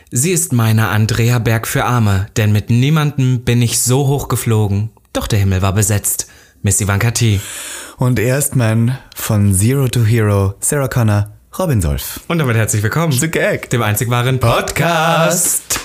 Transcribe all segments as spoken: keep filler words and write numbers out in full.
Sie ist meine Andrea Berg für Arme, denn mit niemandem bin ich so hoch geflogen. Doch der Himmel war besetzt. Miss Ivanka T. Und er ist mein von Zero to Hero, Sarah Connor, Robin Solf. Und damit herzlich willkommen zu Gag, dem einzig wahren Podcast.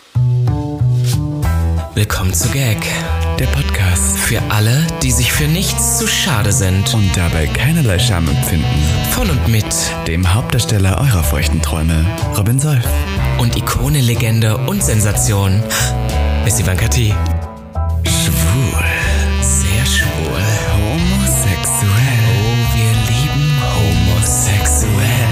Willkommen zu Gag, der Podcast für alle, die sich für nichts zu schade sind und dabei keinerlei Scham empfinden. Von und mit dem Hauptdarsteller eurer feuchten Träume, Robin Solf. Und Ikone, Legende und Sensation, Miss Ivanka T. Schwul. Sehr schwul. Homosexuell. Oh, wir lieben homosexuell.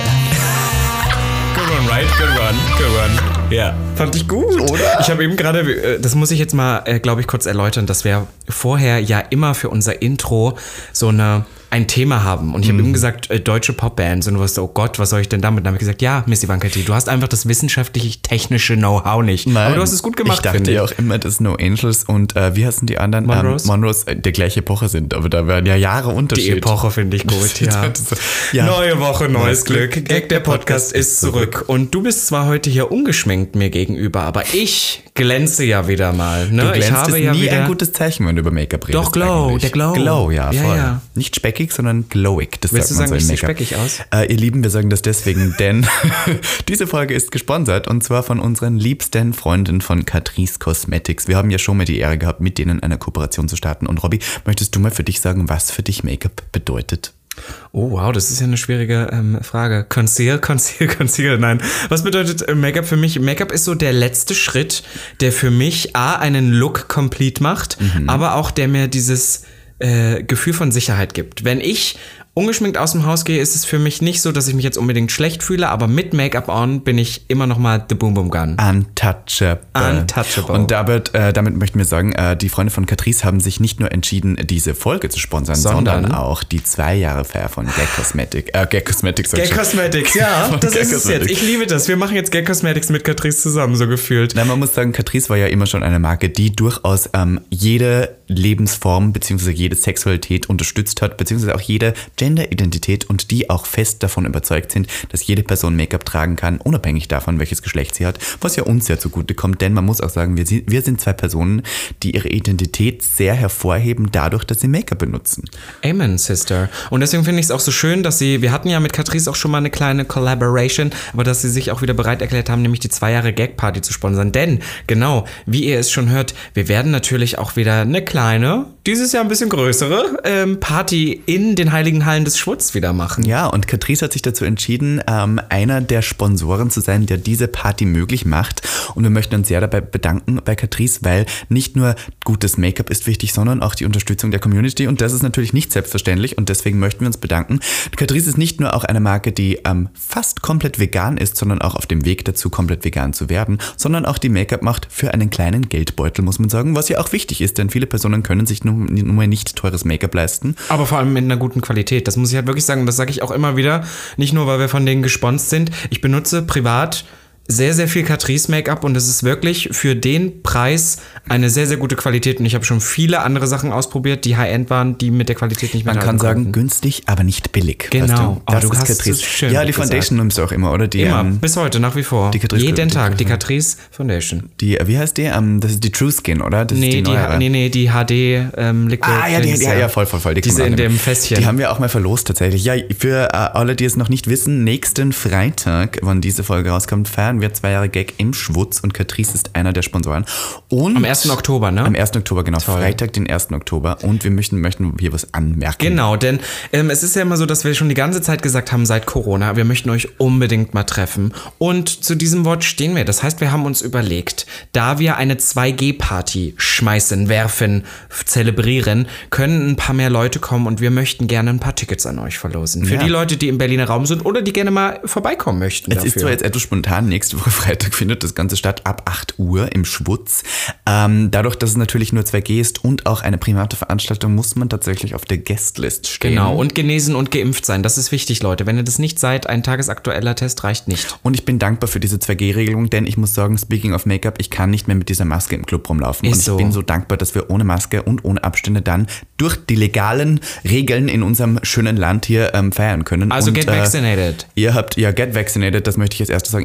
Good one, right? Good one. Good one. Ja, fand ich gut, oder? Ich habe eben gerade, das muss ich jetzt mal, glaube ich, kurz erläutern, dass wir vorher ja immer für unser Intro so eine ein Thema haben. Und ich habe mm. eben gesagt, äh, deutsche Popbands. Und du warst so, oh Gott, was soll ich denn damit? Und dann habe ich gesagt, ja, Miss Ivanka T, du hast einfach das wissenschaftlich-technische Know-how nicht. Nein, aber du hast es gut gemacht, ich dachte ja auch immer, dass No Angels und äh, wie heißen die anderen? Monrose? Ähm, Monrose äh, der gleiche Epoche sind. Aber da werden ja Jahre Unterschied. Die Epoche finde ich gut, ja. ja. Neue Woche, neues Glück. Gag, der Podcast ist zurück. Und du bist zwar heute hier ungeschminkt mir gegenüber, aber ich glänze ja wieder mal. Ne? Du glänzt, ich habe ist ja nie wieder ein gutes Zeichen, wenn du über Make-up redest. Doch, Glow, eigentlich. der Glow. Glow, ja, ja voll. Ja. Nicht speckig, sondern glowig. Das Willst sagt du man sagen, so ich sehe speckig aus? Äh, ihr Lieben, wir sagen das deswegen, denn diese Folge ist gesponsert und zwar von unseren liebsten Freunden von Catrice Cosmetics. Wir haben ja schon mal die Ehre gehabt, mit denen eine Kooperation zu starten. Und Robby, möchtest du mal für dich sagen, was für dich Make-up bedeutet? Oh wow, das ist ja eine schwierige ähm, Frage. Conceal, Conceal, Conceal, nein. Was bedeutet äh, Make-up für mich? Make-up ist so der letzte Schritt, der für mich A, einen Look complete macht, mhm. aber auch der mir dieses äh, Gefühl von Sicherheit gibt. Wenn ich ungeschminkt aus dem Haus gehe, ist es für mich nicht so, dass ich mich jetzt unbedingt schlecht fühle, aber mit Make-up on bin ich immer noch mal the Boom Boom Gun. Untouchable. Untouchable. Und damit, äh, damit möchten wir sagen, äh, die Freunde von Catrice haben sich nicht nur entschieden, diese Folge zu sponsern, sondern, sondern auch die zwei Jahre Feier von Gag Cosmetics. Äh, Gag Cosmetics. Gag Cosmetics, ja, das Gag ist es jetzt. Ich liebe das. Wir machen jetzt Gag Cosmetics mit Catrice zusammen, so gefühlt. Na, man muss sagen, Catrice war ja immer schon eine Marke, die durchaus ähm, jede Lebensform bzw. jede Sexualität unterstützt hat, beziehungsweise auch jede Genderidentität und die auch fest davon überzeugt sind, dass jede Person Make-up tragen kann, unabhängig davon, welches Geschlecht sie hat, was ja uns sehr zugutekommt, denn man muss auch sagen, wir sind, wir sind zwei Personen, die ihre Identität sehr hervorheben, dadurch, dass sie Make-up benutzen. Amen, Sister. Und deswegen finde ich es auch so schön, dass sie, wir hatten ja mit Catrice auch schon mal eine kleine Collaboration, aber dass sie sich auch wieder bereit erklärt haben, nämlich die zwei Jahre Gag-Party zu sponsern, denn, genau, wie ihr es schon hört, wir werden natürlich auch wieder eine kleine, dieses Jahr ein bisschen größere, ähm, Party in den Heiligen Hallen des Schwutz wieder machen. Ja, und Catrice hat sich dazu entschieden, ähm, einer der Sponsoren zu sein, der diese Party möglich macht. Und wir möchten uns sehr dabei bedanken bei Catrice, weil nicht nur gutes Make-up ist wichtig, sondern auch die Unterstützung der Community. Und das ist natürlich nicht selbstverständlich und deswegen möchten wir uns bedanken. Catrice ist nicht nur auch eine Marke, die ähm, fast komplett vegan ist, sondern auch auf dem Weg dazu, komplett vegan zu werden, sondern auch die Make-up macht für einen kleinen Geldbeutel, muss man sagen, was ja auch wichtig ist, denn viele Personen können sich nur, nur nicht teures Make-up leisten. Aber vor allem mit einer guten Qualität. Das muss ich halt wirklich sagen, das sage ich auch immer wieder, nicht nur, weil wir von denen gesponsert sind. Ich benutze privat sehr, sehr viel Catrice Make-up und es ist wirklich für den Preis eine sehr, sehr gute Qualität. Und ich habe schon viele andere Sachen ausprobiert, die High-End waren, die mit der Qualität nicht mehr Man kann sagen, konnten. Günstig, aber nicht billig. Genau. Weißt du? Das oh, du ist hast Catrice. es schön Ja, die gesagt. Foundation nimmst du auch immer, oder? Die, immer, ähm, bis heute, nach wie vor. Die Catrice, Jeden die, Tag, die die Catrice Foundation. Die, wie heißt die? Um, das ist die True Skin, oder? Das nee, ist die, die neuere. nee, nee, die H D ähm, Liquid. Ah, ja, die, die, ja, ja, voll, voll, voll. Die Diese in dem Fässchen. Die haben wir auch mal verlost tatsächlich. Ja, für äh, alle, die es noch nicht wissen, nächsten Freitag, wann diese Folge rauskommt, feiern wir zwei Jahre Gag im Schwutz und Catrice ist einer der Sponsoren. Und am ersten Oktober, ne? Am ersten Oktober, genau. Toll. Freitag, den ersten Oktober. Und wir möchten, möchten hier was anmerken. Genau, denn ähm, es ist ja immer so, dass wir schon die ganze Zeit gesagt haben, seit Corona, wir möchten euch unbedingt mal treffen. Und zu diesem Wort stehen wir. Das heißt, wir haben uns überlegt, da wir eine zwei G Party schmeißen, werfen, zelebrieren, können ein paar mehr Leute kommen und wir möchten gerne ein paar Tickets an euch verlosen. Für ja. die Leute, die im Berliner Raum sind oder die gerne mal vorbeikommen möchten. Es dafür. ist zwar jetzt etwas spontan, nächste Woche Freitag findet das Ganze statt, ab acht Uhr im Schwutz. Ähm, dadurch, dass es natürlich nur zwei G ist und auch eine private Veranstaltung, muss man tatsächlich auf der Guestlist stehen. Genau, und genesen und geimpft sein. Das ist wichtig, Leute. Wenn ihr das nicht seid, ein tagesaktueller Test reicht nicht. Und ich bin dankbar für diese zwei G Regelung, denn ich muss sagen, speaking of Make-up, ich kann nicht mehr mit dieser Maske im Club rumlaufen. Ist und ich so. bin so dankbar, dass wir ohne Maske und ohne Abstände dann durch die legalen Regeln in unserem schönen Land hier ähm, feiern können. Also und, get vaccinated. Äh, ihr habt, ja, get vaccinated, das möchte ich als erstes sagen. Ich mache hier eben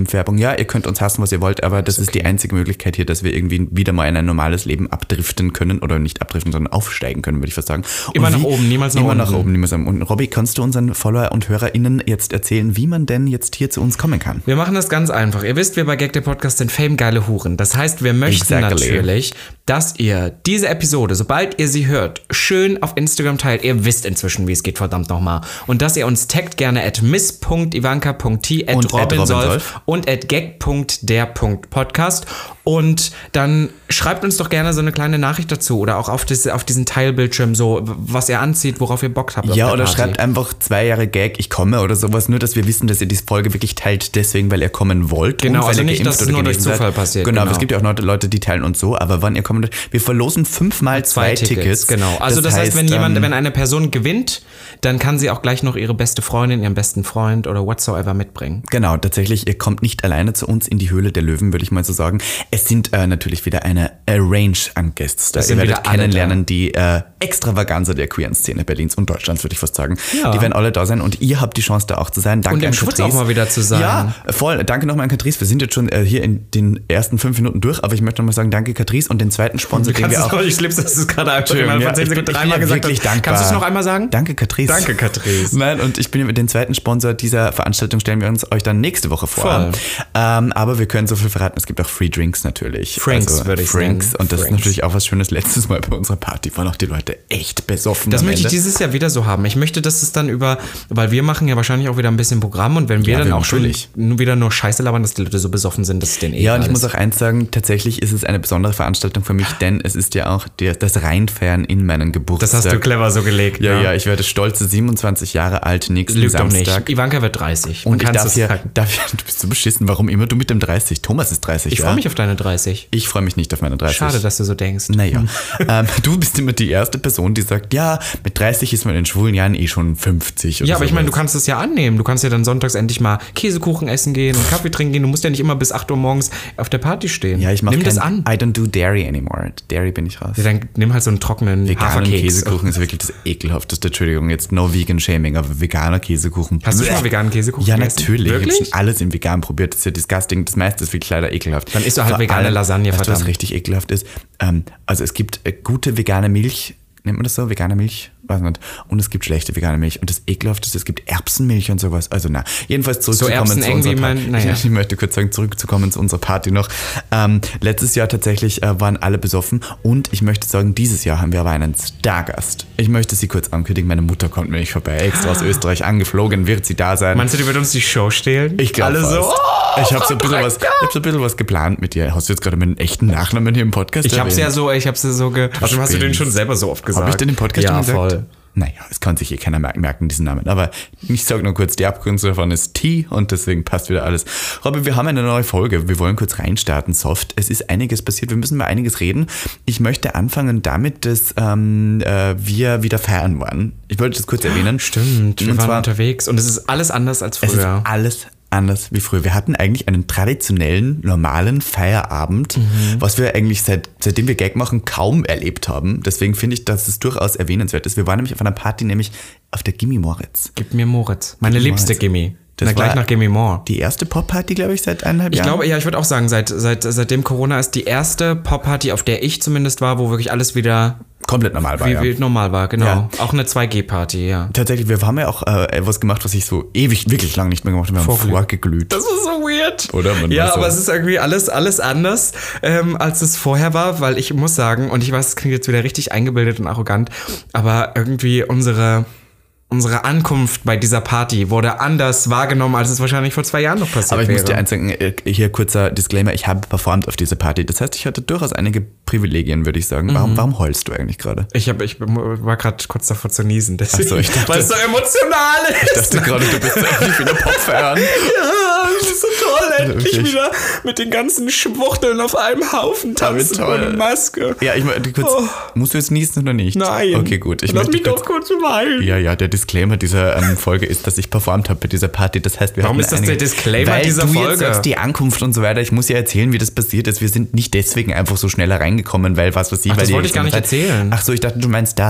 Schimpfwerbung. Ja, ihr könnt uns hassen, was ihr wollt, aber das ist, okay. ist die einzige Möglichkeit hier, dass wir irgendwie wieder mal in ein normales Leben abdriften können oder nicht abdriften, sondern aufsteigen können, würde ich fast sagen. Und immer wie, nach oben, niemals nach immer unten. Immer nach oben, niemals nach unten. Robby, kannst du unseren Follower und HörerInnen jetzt erzählen, wie man denn jetzt hier zu uns kommen kann? Wir machen das ganz einfach. Ihr wisst, wir bei Gag der Podcast sind Fame-geile Huren. Das heißt, wir möchten exactly. natürlich, dass ihr diese Episode, sobald ihr sie hört, schön auf Instagram teilt. Ihr wisst inzwischen, wie es geht, verdammt nochmal. Und dass ihr uns taggt gerne at miss punkt ivanka punkt t at robinsolf und at gag punkt der punkt podcast. Und dann schreibt uns doch gerne so eine kleine Nachricht dazu oder auch auf, das, auf diesen Teilbildschirm so, was ihr anzieht, worauf ihr Bock habt. Ja, oder Party. Schreibt einfach zwei Jahre Gag, ich komme oder sowas, nur dass wir wissen, dass ihr diese Folge wirklich teilt, deswegen, weil ihr kommen wollt. Genau, und weil also ihr nicht, dass es nur durch Zufall seid. passiert. Genau, genau. Es gibt ja auch Leute, die teilen uns so, aber wann ihr kommt, wir verlosen fünfmal zwei, zwei Tickets. Tickets. Genau, also das, das heißt, heißt, wenn jemand, ähm, wenn eine Person gewinnt, dann kann sie auch gleich noch ihre beste Freundin, ihren besten Freund oder whatsoever mitbringen. Genau, tatsächlich, ihr kommt nicht alleine zu uns in die Höhle der Löwen, würde ich mal so sagen. Es sind äh, natürlich wieder eine äh, Range an Guests da. Ihr werdet kennenlernen die äh, Extravaganza der queeren Szene Berlins und Deutschlands, würde ich fast sagen. Ja. Die werden alle da sein und ihr habt die Chance, da auch zu sein. Danke und im an Schwutz auch mal wieder zu sein. Ja, voll. Danke nochmal an Catrice. Wir sind jetzt schon äh, hier in den ersten fünf Minuten durch, aber ich möchte nochmal sagen, danke Catrice und den zweiten Sponsor, den wir auch... Noch, ich lieb's, dass du es gerade einfach innerhalb von zehn Sekunden dreimal gesagt hast. Dankbar. Kannst du es noch einmal sagen? Danke, Catrice. Danke, Catrice. Nein, und ich bin mit dem zweiten Sponsor dieser Veranstaltung, stellen wir uns euch dann nächste Woche vor. Voll. Ähm, aber wir können so viel verraten, es gibt auch Free Drinks natürlich. Franks also, würde ich Franks. sagen. Und das Franks. ist natürlich auch was Schönes. Letztes Mal bei unserer Party waren auch die Leute echt besoffen. Das möchte Ende. ich dieses Jahr wieder so haben. Ich möchte, dass es dann über, weil wir machen ja wahrscheinlich auch wieder ein bisschen Programm und wenn wir ja, dann wir auch natürlich. schon wieder nur Scheiße labern, dass die Leute so besoffen sind, dass es denen eh Ja, und ich ist. muss auch eins sagen, tatsächlich ist es eine besondere Veranstaltung für mich, denn es ist ja auch der, das Reinfeiern in meinen Geburtstag. Das hast du clever so gelegt. Ja, ja, ja, ich werde stolze siebenundzwanzig Jahre alt nächsten Lüg Samstag. Doch nicht. Ivanka wird dreißig. Und ich darf hier, darf hier, du bist so beschissen, warum immer du mit dem dreißig? Thomas ist dreißig, Ich ja? freue mich auf deine dreißig. Ich freue mich nicht auf meine dreißig. Schade, dass du so denkst. Naja, ähm, du bist immer die erste Person, die sagt, ja, mit dreißig ist man in den schwulen Jahren eh schon fünfzig. Oder ja, aber sowas. ich meine, du kannst es ja annehmen. Du kannst ja dann sonntags endlich mal Käsekuchen essen gehen und Kaffee trinken gehen. Du musst ja nicht immer bis acht Uhr morgens auf der Party stehen. Ja, ich mache Nimm das an. I don't do dairy anymore. Dairy bin ich raus. Ja, dann nimm halt so einen trockenen Veganer Haferkeks. Käsekuchen ist wirklich das ekelhafteste. Entschuldigung, jetzt no vegan shaming, aber veganer Käsekuchen. Hast du schon mal veganen Käsekuchen Ja, gegessen? natürlich. Wirklich? Ich habe schon alles in vegan probiert. Das ist ja disgusting. Das meiste ist wirklich leider ekelhaft. Dann isst du halt Vor vegane allem, Lasagne, weißt verdammt. du, was richtig ekelhaft ist? Ähm, also es gibt äh, gute vegane Milch. Nennt man das so? Vegane Milch? Weiß nicht. Und es gibt schlechte vegane Milch. Und das Ekelhafteste, es gibt Erbsenmilch und sowas. Also na, jedenfalls zurückzukommen so zu unserer Party. Mein, naja. Ich möchte kurz sagen, zurückzukommen zu unserer Party noch. Ähm, letztes Jahr tatsächlich äh, waren alle besoffen. Und ich möchte sagen, dieses Jahr haben wir aber einen Stargast. Ich möchte sie kurz ankündigen. Meine Mutter kommt nämlich vorbei. Extra aus Österreich angeflogen, wird sie da sein. Meinst du, die wird uns die Show stehlen? Ich glaube Alle so, oh, ich habe so, ein was, ich hab so ein bisschen was geplant mit dir. Hast du jetzt gerade meinen echten Nachnamen hier im Podcast Ich habe es ja so, ich habe es ja so, ge- also hast du den schon selber so oft gesagt? Habe ich den im Podcast ja, schon gesagt? Voll. Naja, es kann sich eh keiner merken, diesen Namen. Aber ich sage nur kurz, die Abkürzung davon ist T und deswegen passt wieder alles. Robby, wir haben eine neue Folge. Wir wollen kurz reinstarten, soft. Es ist einiges passiert. Wir müssen über einiges reden. Ich möchte anfangen damit, dass ähm, äh, wir wieder feiern waren. Ich wollte das kurz erwähnen. Stimmt, wir und waren zwar, unterwegs und es ist alles anders als früher. Es ist alles anders wie früher. Wir hatten eigentlich einen traditionellen, normalen Feierabend, mhm. was wir eigentlich seit, seitdem wir Gag machen, kaum erlebt haben. Deswegen finde ich, dass es durchaus erwähnenswert ist. Wir waren nämlich auf einer Party, nämlich auf der Gimme Moritz. Gib mir Moritz. Meine Gimme liebste Moritz. Gimme. Das Na, gleich nach Gimme More. Die erste Pop-Party, glaube ich, seit eineinhalb ich Jahren. Ich glaube, ja, ich würde auch sagen, seit, seit, seitdem Corona ist die erste Pop-Party, auf der ich zumindest war, wo wirklich alles wieder komplett normal war. Wie, ja. wie normal war, genau. Ja. Auch eine zwei G Party, ja. Tatsächlich, wir haben ja auch äh, was gemacht, was ich so ewig, wirklich lange nicht mehr gemacht habe. Wir haben Vorglüht. vorgeglüht. Das war so weird. Oder? Man ja, so. aber es ist irgendwie alles, alles anders, ähm, als es vorher war, weil ich muss sagen, und ich weiß, es klingt jetzt wieder richtig eingebildet und arrogant, aber irgendwie unsere... Unsere Ankunft bei dieser Party wurde anders wahrgenommen, als es wahrscheinlich vor zwei Jahren noch passiert wäre. Aber ich wäre. muss dir eins sagen, hier kurzer Disclaimer, ich habe performt auf dieser Party. Das heißt, ich hatte durchaus einige Privilegien, würde ich sagen. Warum, mhm. warum heulst du eigentlich gerade? Ich, hab, ich war gerade kurz davor zu niesen, deswegen, Ach so, ich dachte, weil es so emotional ist. Ich dachte gerade, du bist endlich wieder Pop-Fan. Ja, das ist so toll, endlich wirklich? Wieder mit den ganzen Schwuchteln auf einem Haufen tanzen ohne Maske. Ja, ich meine, kurz, oh. musst du jetzt niesen oder nicht? Nein. Okay, gut. Ich Lass mich kurz, doch kurz weinen. Ja, ja, der Disclaimer dieser ähm, Folge ist, dass ich performt habe bei dieser Party. Das heißt, wir Warum ist das einige, der Disclaimer weil dieser du Folge? Jetzt sagst, die Ankunft und so weiter. Ich muss ja erzählen, wie das passiert ist. Wir sind nicht deswegen einfach so schneller reingekommen, weil was was sie. Ach, weil das die wollte ich gar nicht Zeit, erzählen. Ach so, ich dachte, du meinst das.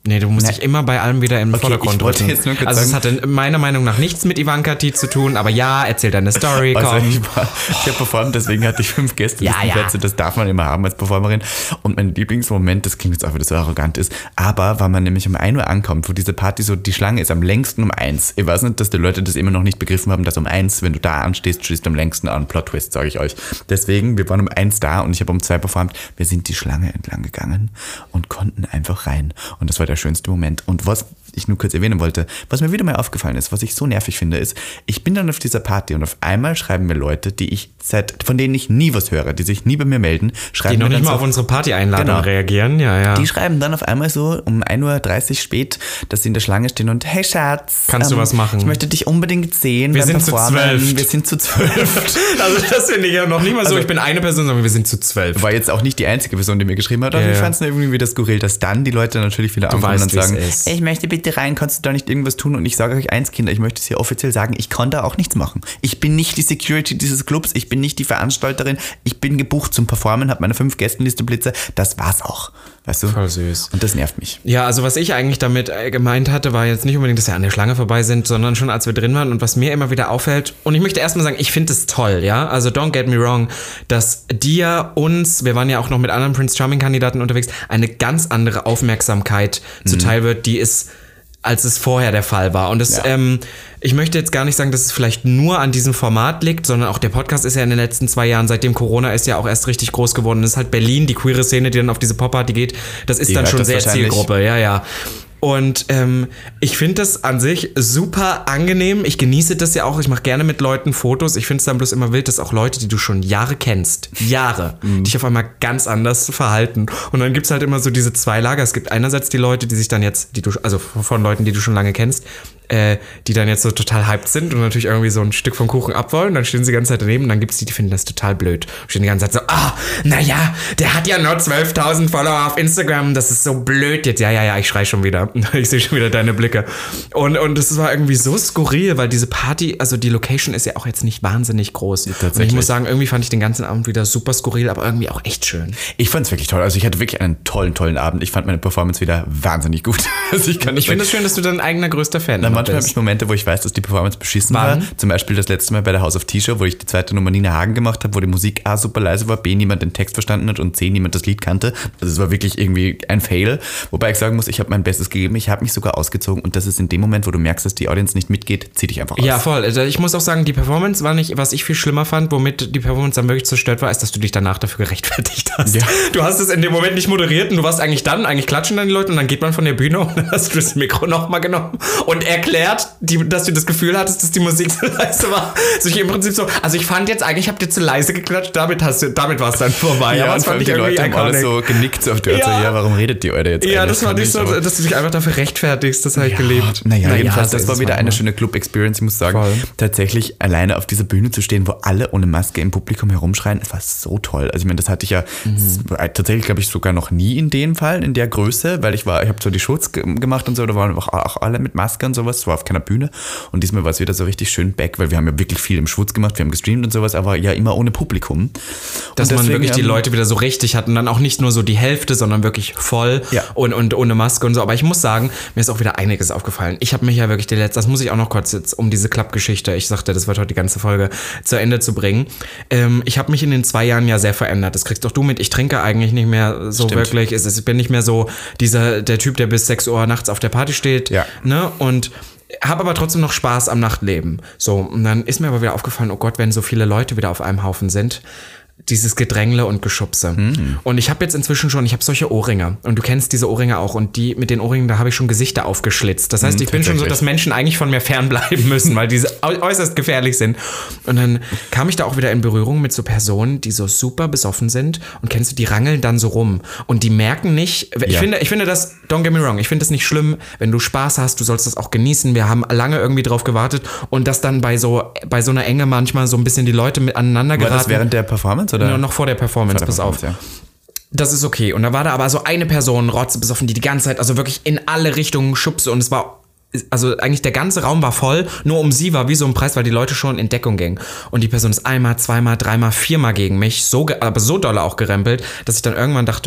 Nee, du musst Na, dich immer bei allem wieder im okay, Vordergrund ich wollte drücken. jetzt nur kurz Also es sagen- hatte meiner Meinung nach nichts mit Ivanka T zu tun, aber ja, erzähl deine Story, komm. Also ich, war, ich habe performt, deswegen hatte ich fünf Gästelistenplätze, Ja, ja. das darf man immer haben als Performerin. Und mein Lieblingsmoment, das klingt jetzt auch wieder so arrogant ist, aber weil man nämlich um ein Uhr ankommt, wo diese Party so, die Schlange ist am längsten um eins. Ich weiß nicht, dass die Leute das immer noch nicht begriffen haben, dass um eins, wenn du da anstehst, stehst du am längsten an. Plot Twist, sage ich euch. Deswegen, wir waren um eins da und ich habe um zwei performt. Wir sind die Schlange entlang gegangen und konnten einfach rein. Und das war der schönste Moment. Und was ich nur kurz erwähnen wollte, was mir wieder mal aufgefallen ist, was ich so nervig finde, ist, ich bin dann auf dieser Party und auf einmal schreiben mir Leute, die ich seit, von denen ich nie was höre, die sich nie bei mir melden, schreiben Die noch mir nicht dann mal so, auf unsere Party-Einladung Genau. reagieren, ja, ja. die schreiben dann auf einmal so um ein Uhr dreißig spät, dass sie in der Schlange stehen und hey Schatz, Kannst du was machen? Ich möchte dich unbedingt sehen. Wir beim sind zu Performen. zwölf. Wir sind zu zwölf. Also das finde ich ja noch nicht mal so, Also- ich bin eine Person, sondern wir sind zu zwölf. War jetzt auch nicht die einzige Person, die mir geschrieben hat, aber Ja, ich ja. fand es irgendwie wieder skurril, dass dann die Leute natürlich wieder ankommen weißt, und wie's sagen, ist. ich möchte bitte rein, kannst du da nicht irgendwas tun? Und ich sage euch eins, Kinder, ich möchte es hier offiziell sagen, ich kann da auch nichts machen. Ich bin nicht die Security dieses Clubs, ich bin nicht die Veranstalterin, ich bin gebucht zum Performen, habe meine fünf Gästenlistenplätze, das war's auch. Weißt du? Voll süß. Und das nervt mich. Ja, also was ich eigentlich damit äh, gemeint hatte, war jetzt nicht unbedingt, dass wir an der Schlange vorbei sind, sondern schon als wir drin waren und was mir immer wieder auffällt, und ich möchte erstmal sagen, ich finde es toll, ja, also don't get me wrong, dass dir, uns, wir waren ja auch noch mit anderen Prince Charming Kandidaten unterwegs, eine ganz andere Aufmerksamkeit Mhm. zuteil wird, die ist, als es vorher der Fall war. Und das, Ja. ähm, ich möchte jetzt gar nicht sagen, dass es vielleicht nur an diesem Format liegt, sondern auch der Podcast ist ja in den letzten zwei Jahren, seitdem Corona ist, ja auch erst richtig groß geworden. Das ist halt Berlin, die queere Szene, die dann auf diese Pop-Party geht, das ist Die dann hört schon das sehr wahrscheinlich. Zielgruppe, ja, ja. Und ähm, ich finde das an sich super angenehm. Ich genieße das ja auch. Ich mache gerne mit Leuten Fotos. Ich finde es dann bloß immer wild, dass auch Leute, die du schon Jahre kennst, Jahre, dich auf einmal ganz anders verhalten. Und dann gibt es halt immer so diese zwei Lager. Es gibt einerseits die Leute, die sich dann jetzt, die du, also von Leuten, die du schon lange kennst, äh, die dann jetzt so total hyped sind und natürlich irgendwie so ein Stück vom Kuchen abwollen. Dann stehen sie die ganze Zeit daneben und dann gibt es die, die finden das total blöd. Stehen die ganze Zeit so, ah, naja, der hat ja nur zwölftausend Follower auf Instagram, das ist so blöd jetzt. Ja, ja, ja, ich schrei schon wieder. Ich sehe schon wieder deine Blicke. Und, und das war irgendwie so skurril, weil diese Party, also die Location ist ja auch jetzt nicht wahnsinnig groß. Und ich muss sagen, irgendwie fand ich den ganzen Abend wieder super skurril, aber irgendwie auch echt schön. Ich fand es wirklich toll. Also ich hatte wirklich einen tollen, tollen Abend. Ich fand meine Performance wieder wahnsinnig gut. Also ich kann Ich finde es schön, dass du dein eigener größter Fan Na, immer manchmal habe bist. ich Momente, wo ich weiß, dass die Performance beschissen Wann? war. Zum Beispiel das letzte Mal bei der House of T-Show, wo ich die zweite Nummer Nina Hagen gemacht habe, wo die Musik A super leise war, B niemand den Text verstanden hat und C niemand das Lied kannte. Also es war wirklich irgendwie ein Fail. Wobei ich sagen muss, ich habe mein Bestes gegeben. Ich habe mich sogar ausgezogen und das ist in dem Moment, wo du merkst, dass die Audience nicht mitgeht, zieh dich einfach aus. Ja, voll. Also ich muss auch sagen, die Performance war nicht, was ich viel schlimmer fand, womit die Performance dann wirklich zerstört war, ist, dass du dich danach dafür gerechtfertigt hast. Ja. Du hast es in dem Moment nicht moderiert und du warst eigentlich dann, eigentlich klatschen dann die Leute und dann geht man von der Bühne und dann hast du das Mikro nochmal genommen und erklärt, die, dass du das Gefühl hattest, dass die Musik zu leise war. Also ich im Prinzip so, also ich fand jetzt eigentlich, ich hab dir zu leise geklatscht, damit hast du, damit war es dann vorbei. Ja, aber und das vor fand allem ich die irgendwie Leute haben alle iconic. so genickt so auf die Art, Ja. so, ja, warum redet die Eure jetzt Ja, eigentlich? das fand ich so, aber- dass du dich einfach dafür rechtfertigst, das habe ich geliebt. Naja, Naja, jedenfalls, so das ist war es wieder eine manchmal. schöne Club-Experience. Ich muss sagen, Voll. tatsächlich alleine auf dieser Bühne zu stehen, wo alle ohne Maske im Publikum herumschreien, das war so toll. Also ich meine, das hatte ich ja Mhm. tatsächlich, glaube ich, sogar noch nie in dem Fall, in der Größe, weil ich war, ich habe zwar die Shows ge- gemacht und so, da waren auch, auch alle mit Maske und sowas, es war auf keiner Bühne und diesmal war es wieder so richtig schön back, weil wir haben ja wirklich viel im Schwutz gemacht, wir haben gestreamt und sowas, aber ja immer ohne Publikum. Dass Und man deswegen, wirklich die ähm, Leute wieder so richtig hat und dann auch nicht nur so die Hälfte, sondern wirklich voll Ja. und, und ohne Maske und so. Aber ich muss sagen, mir ist auch wieder einiges aufgefallen. Ich habe mich ja wirklich die letzte, das muss ich auch noch kurz jetzt, um diese Klappgeschichte, ich sagte, das wird heute die ganze Folge zu Ende zu bringen. Ähm, ich habe mich in den zwei Jahren ja sehr verändert. Das kriegst doch du mit. Ich trinke eigentlich nicht mehr so Stimmt. wirklich. Es ist, ich bin nicht mehr so dieser, der Typ, der bis sechs Uhr nachts auf der Party steht. Ja. Ne? Und habe aber trotzdem noch Spaß am Nachtleben. So, und dann ist mir aber wieder aufgefallen, oh Gott, wenn so viele Leute wieder auf einem Haufen sind, dieses Gedrängle und Geschubse. Mhm. Und ich habe jetzt inzwischen schon, ich habe solche Ohrringe und du kennst diese Ohrringe auch und die mit den Ohrringen, da habe ich schon Gesichter aufgeschlitzt. Das heißt, Mhm, ich bin schon so, tatsächlich. dass Menschen eigentlich von mir fernbleiben müssen, weil diese äu- äußerst gefährlich sind. Und dann kam ich da auch wieder in Berührung mit so Personen, die so super besoffen sind und kennst du, die rangeln dann so rum und die merken nicht, ich Ja. finde, ich finde das, don't get me wrong, ich finde das nicht schlimm, wenn du Spaß hast, du sollst das auch genießen. Wir haben lange irgendwie drauf gewartet und dass dann bei so, bei so einer Enge manchmal so ein bisschen die Leute mit aneinander War geraten. das während der Performance oder? Nur noch vor der Performance, Vor der pass auf. Performance, Das ist okay. Und da war da aber so eine Person, rotzbesoffen, die die ganze Zeit, also wirklich in alle Richtungen schubste und es war, also eigentlich der ganze Raum war voll, nur um sie war wie so ein Preis, weil die Leute schon in Deckung gingen. Und die Person ist einmal, zweimal, dreimal, viermal gegen mich, so, ge- aber so doll auch gerempelt, dass ich dann irgendwann dachte,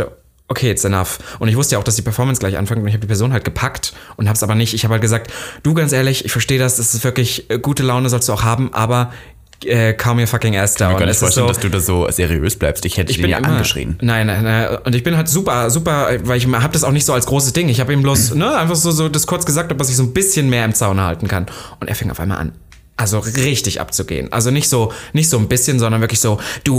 okay, it's enough. Und ich wusste ja auch, dass die Performance gleich anfängt und ich habe die Person halt gepackt und habe es aber nicht. Ich habe halt gesagt, du, ganz ehrlich, ich verstehe das, das ist wirklich, äh, gute Laune sollst du auch haben, aber äh, calm your fucking ass down. Ich kann mir gar nicht Es ist vorstellen, so, dass du da so seriös bleibst. Ich hätte ich dich bin ja immer, angeschrien. Nein, nein, nein. Und ich bin halt super, super, weil ich habe das auch nicht so als großes Ding. Ich habe ihm bloß, ne, einfach so, so das kurz gesagt, dass ich so ein bisschen mehr im Zaun halten kann. Und er fing auf einmal an, also richtig abzugehen. Also nicht so, nicht so ein bisschen, sondern wirklich so, du...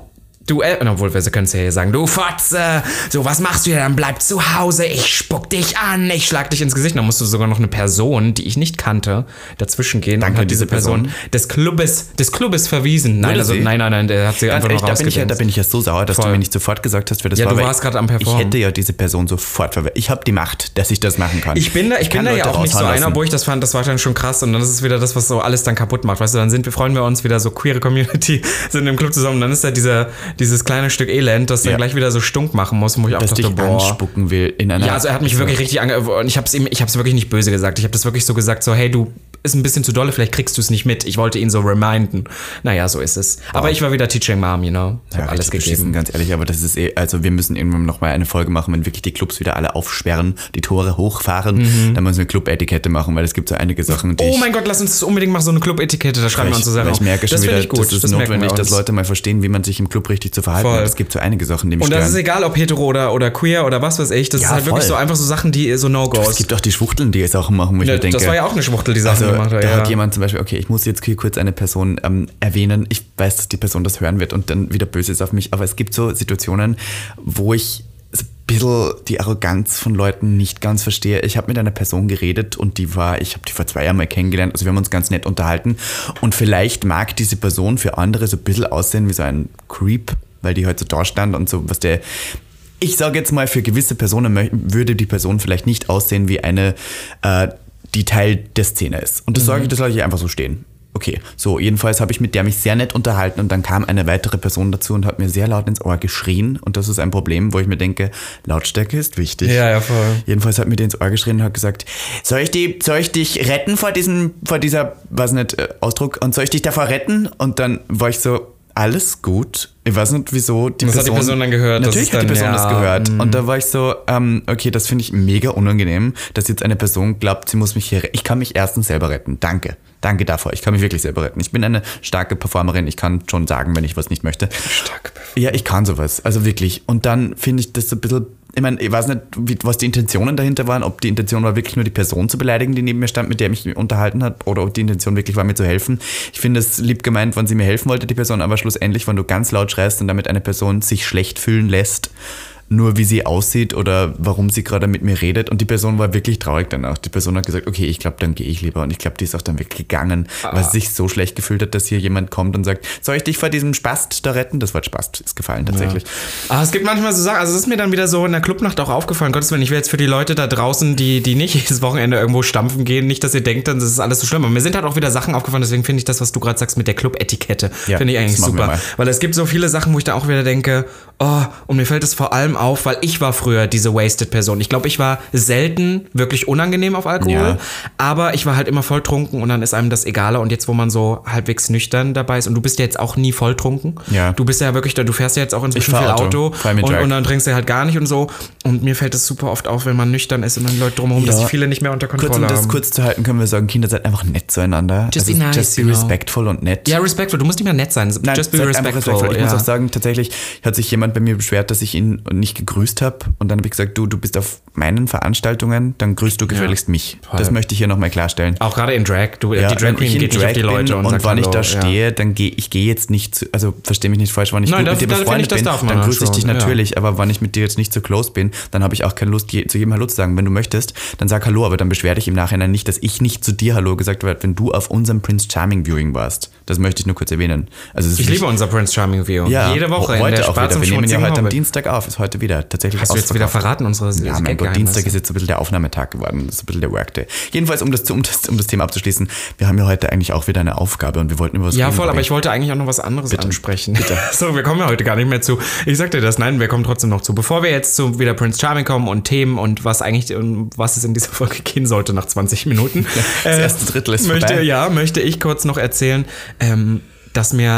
Du, äh, obwohl wir können es ja hier sagen, du Fotze, so was machst du hier, dann bleib zu Hause, ich spuck dich an, ich schlag dich ins Gesicht. Dann musste sogar noch eine Person, die ich nicht kannte, dazwischen gehen. Danke, und hat diese Person, Person des Clubes, des Clubes verwiesen. Nein, also, nein, nein, nein, der hat sie Ganz einfach ehrlich, noch da bin, ich ja, da bin ich ja so sauer, dass Voll. du mir nicht sofort gesagt hast, wer das ja, war. Ja, du warst gerade am Performen. Ich hätte ja diese Person sofort verwendet. Ich habe die Macht, dass ich das machen kann. Ich bin da, ich ich bin da ja auch nicht so lassen. einer, wo ich das fand, das war dann schon krass und dann ist es wieder das, was so alles dann kaputt macht. Weißt du, dann sind wir, freuen wir uns wieder so queere Community, sind im Club zusammen und dann ist da dieser, dieses kleine Stück Elend, das dann ja. gleich wieder so stunk machen muss, wo ich auch dass dachte, dich boah. anspucken will in einer... Ja, also er hat mich wirklich richtig ange... Und ich hab's ihm, ich hab's wirklich nicht böse gesagt. Ich habe das wirklich so gesagt, so, hey, du, ist ein bisschen zu dolle, vielleicht kriegst du es nicht mit. Ich wollte ihn so reminden. Naja, so ist es. Wow. Aber ich war wieder Teaching Mom, you know. Ich ja, hab alles gegeben. Ganz ehrlich, aber das ist eh... Also wir müssen irgendwann nochmal eine Folge machen, wenn wirklich die Clubs wieder alle aufsperren, die Tore hochfahren, mhm. dann müssen wir eine Club-Etikette machen, weil es gibt so einige Sachen, die... Oh mein Gott, lass uns das unbedingt machen, so eine Club-Etikette, da schreiben wir uns zusammen. Ich merke schon das wieder, ich gut. das ist das notwendig, dass Leute mal verstehen, wie man sich im Club richtig zu verhalten hat. Es gibt so einige Sachen, die mich Und das stören. ist egal, ob hetero oder, oder queer oder was weiß ich. Das ja, ist halt voll. wirklich so einfach so Sachen, die so No-Gos. Es gibt auch die Schwuchteln, die Sachen machen, wo ich ja, mir denke... Das war ja auch eine Schwuchtel, die Sachen also, gemacht hat. Da ja. hat jemand zum Beispiel, okay, ich muss jetzt hier kurz eine Person ähm, erwähnen. Ich weiß, dass die Person das hören wird und dann wieder böse ist auf mich. Aber es gibt so Situationen, wo ich so ein bisschen die Arroganz von Leuten nicht ganz verstehe. Ich habe mit einer Person geredet und die war, ich habe die vor zwei Jahren mal kennengelernt, also wir haben uns ganz nett unterhalten und vielleicht mag diese Person für andere so ein bisschen aussehen wie so ein Creep, weil die halt so da stand und so, was der... Ich sage jetzt mal, für gewisse Personen würde die Person vielleicht nicht aussehen wie eine, äh, die Teil der Szene ist. Und das mhm. sage ich, das lasse ich einfach so stehen. Okay, so jedenfalls habe ich mit der mich sehr nett unterhalten und dann kam eine weitere Person dazu und hat mir sehr laut ins Ohr geschrien und das ist ein Problem, wo ich mir denke, Lautstärke ist wichtig. Ja, ja, voll. Jedenfalls hat mir der ins Ohr geschrien und hat gesagt, soll ich, die, soll ich dich retten vor diesem, vor dieser, weiß nicht, Ausdruck und soll ich dich davor retten? Und dann war ich so, alles gut. Ich weiß nicht, wieso die das Person... Das hat die Person dann gehört. Natürlich hat die Person ja, das gehört. Mm. Und da war ich so, ähm, okay, das finde ich mega unangenehm, dass jetzt eine Person glaubt, sie muss mich hier... Ich kann mich erstens selber retten. Danke. Danke dafür. Ich kann mich wirklich selber retten. Ich bin eine starke Performerin. Ich kann schon sagen, wenn ich was nicht möchte. Starke Performerin. Ja, ich kann sowas. Also wirklich. Und dann finde ich das so ein bisschen... Ich meine, ich weiß nicht, wie, was die Intentionen dahinter waren, ob die Intention war, wirklich nur die Person zu beleidigen, die neben mir stand, mit der ich mich unterhalten hat, oder ob die Intention wirklich war, mir zu helfen. Ich finde es lieb gemeint, wenn sie mir helfen wollte, die Person, aber schlussendlich, wenn du ganz laut schreist und damit eine Person sich schlecht fühlen lässt, nur wie sie aussieht oder warum sie gerade mit mir redet. Und die Person war wirklich traurig danach. Die Person hat gesagt, okay, ich glaube, dann gehe ich lieber. Und ich glaube, die ist auch dann wirklich gegangen, ah. weil sie sich so schlecht gefühlt hat, dass hier jemand kommt und sagt, soll ich dich vor diesem Spast da retten? Das Wort Spast ist gefallen tatsächlich. Ja. Aber es gibt manchmal so Sachen, also es ist mir dann wieder so in der Clubnacht auch aufgefallen, Gottes Willen, ich will jetzt für die Leute da draußen, die, die nicht jedes Wochenende irgendwo stampfen gehen, nicht, dass ihr denkt, dann ist es alles so schlimm. Aber mir sind halt auch wieder Sachen aufgefallen, deswegen finde ich das, was du gerade sagst mit der Club-Etikette, ja, finde ich eigentlich super. Weil es gibt so viele Sachen, wo ich da auch wieder denke, oh, und mir fällt es vor allem auf, weil ich war früher diese wasted Person. Ich glaube, ich war selten wirklich unangenehm auf Alkohol, ja. aber ich war halt immer volltrunken und dann ist einem das egaler. Und jetzt, wo man so halbwegs nüchtern dabei ist und du bist ja jetzt auch nie volltrunken. Ja. Du bist ja wirklich da, du fährst ja jetzt auch inzwischen viel Auto, Auto und, und dann trinkst du halt gar nicht und so. Und mir fällt es super oft auf, wenn man nüchtern ist und dann Leute drumherum, ja. dass die viele nicht mehr unter Kontrolle haben. Kurz, um das kurz zu halten, können wir sagen, Kinder, seid einfach nett zueinander. Just also be nice, just be respectful know. Und nett. Ja, respectful. Du musst nicht mehr nett sein. Nein, just be respectful. respectful. Ich ja. muss auch sagen, tatsächlich hat sich jemand bei mir beschwert, dass ich ihn nicht gegrüßt habe. Und dann habe ich gesagt, du, du bist auf meinen Veranstaltungen, dann grüßt du gefälligst ja. mich. Voll. Das möchte ich hier nochmal klarstellen. Auch gerade in Drag. Du, ja, die Drag Queen geht nicht auf die Leute und, und sagt wenn Hallo. ich da stehe, ja. dann gehe ich gehe jetzt nicht zu, also verstehe mich nicht falsch, wenn ich Nein, gut das, mit dir befreundet bin, dann grüße ich dich schon. natürlich, ja. aber wenn ich mit dir jetzt nicht so close bin, dann habe ich auch keine Lust, je, zu jedem Hallo zu sagen. Wenn du möchtest, dann sag Hallo, aber dann beschwer dich im Nachhinein nicht, dass ich nicht zu dir Hallo gesagt habe, wenn du auf unserem Prince Charming Viewing warst. Das möchte ich nur kurz erwähnen. Also ich liebe unser Prince Charming Viewing. Ja, jede Woche heute in der auch wieder. Wir nehmen ja heute am Hobbit. Dienstag auf, ist heute wieder tatsächlich. Hast du jetzt wieder verraten unsere Ja, mein Gott, Dienstag ist jetzt so ein bisschen der Aufnahmetag geworden. Das ist ein bisschen der Workday. Jedenfalls, um das, um, das, um das Thema abzuschließen, wir haben ja heute eigentlich auch wieder eine Aufgabe und wir wollten über was Ja, reden, voll, aber ich wollte eigentlich auch noch was anderes bitte, ansprechen. Bitte. So, wir kommen ja heute gar nicht mehr zu. Ich sagte das, nein, wir kommen trotzdem noch zu. Bevor wir jetzt zu wieder Prince Charming kommen und Themen und was eigentlich, um was es in dieser Folge gehen sollte nach zwanzig Minuten. Das erste Drittel ist möchte, vorbei. Ja, möchte ich kurz noch erzählen, ähm, dass mir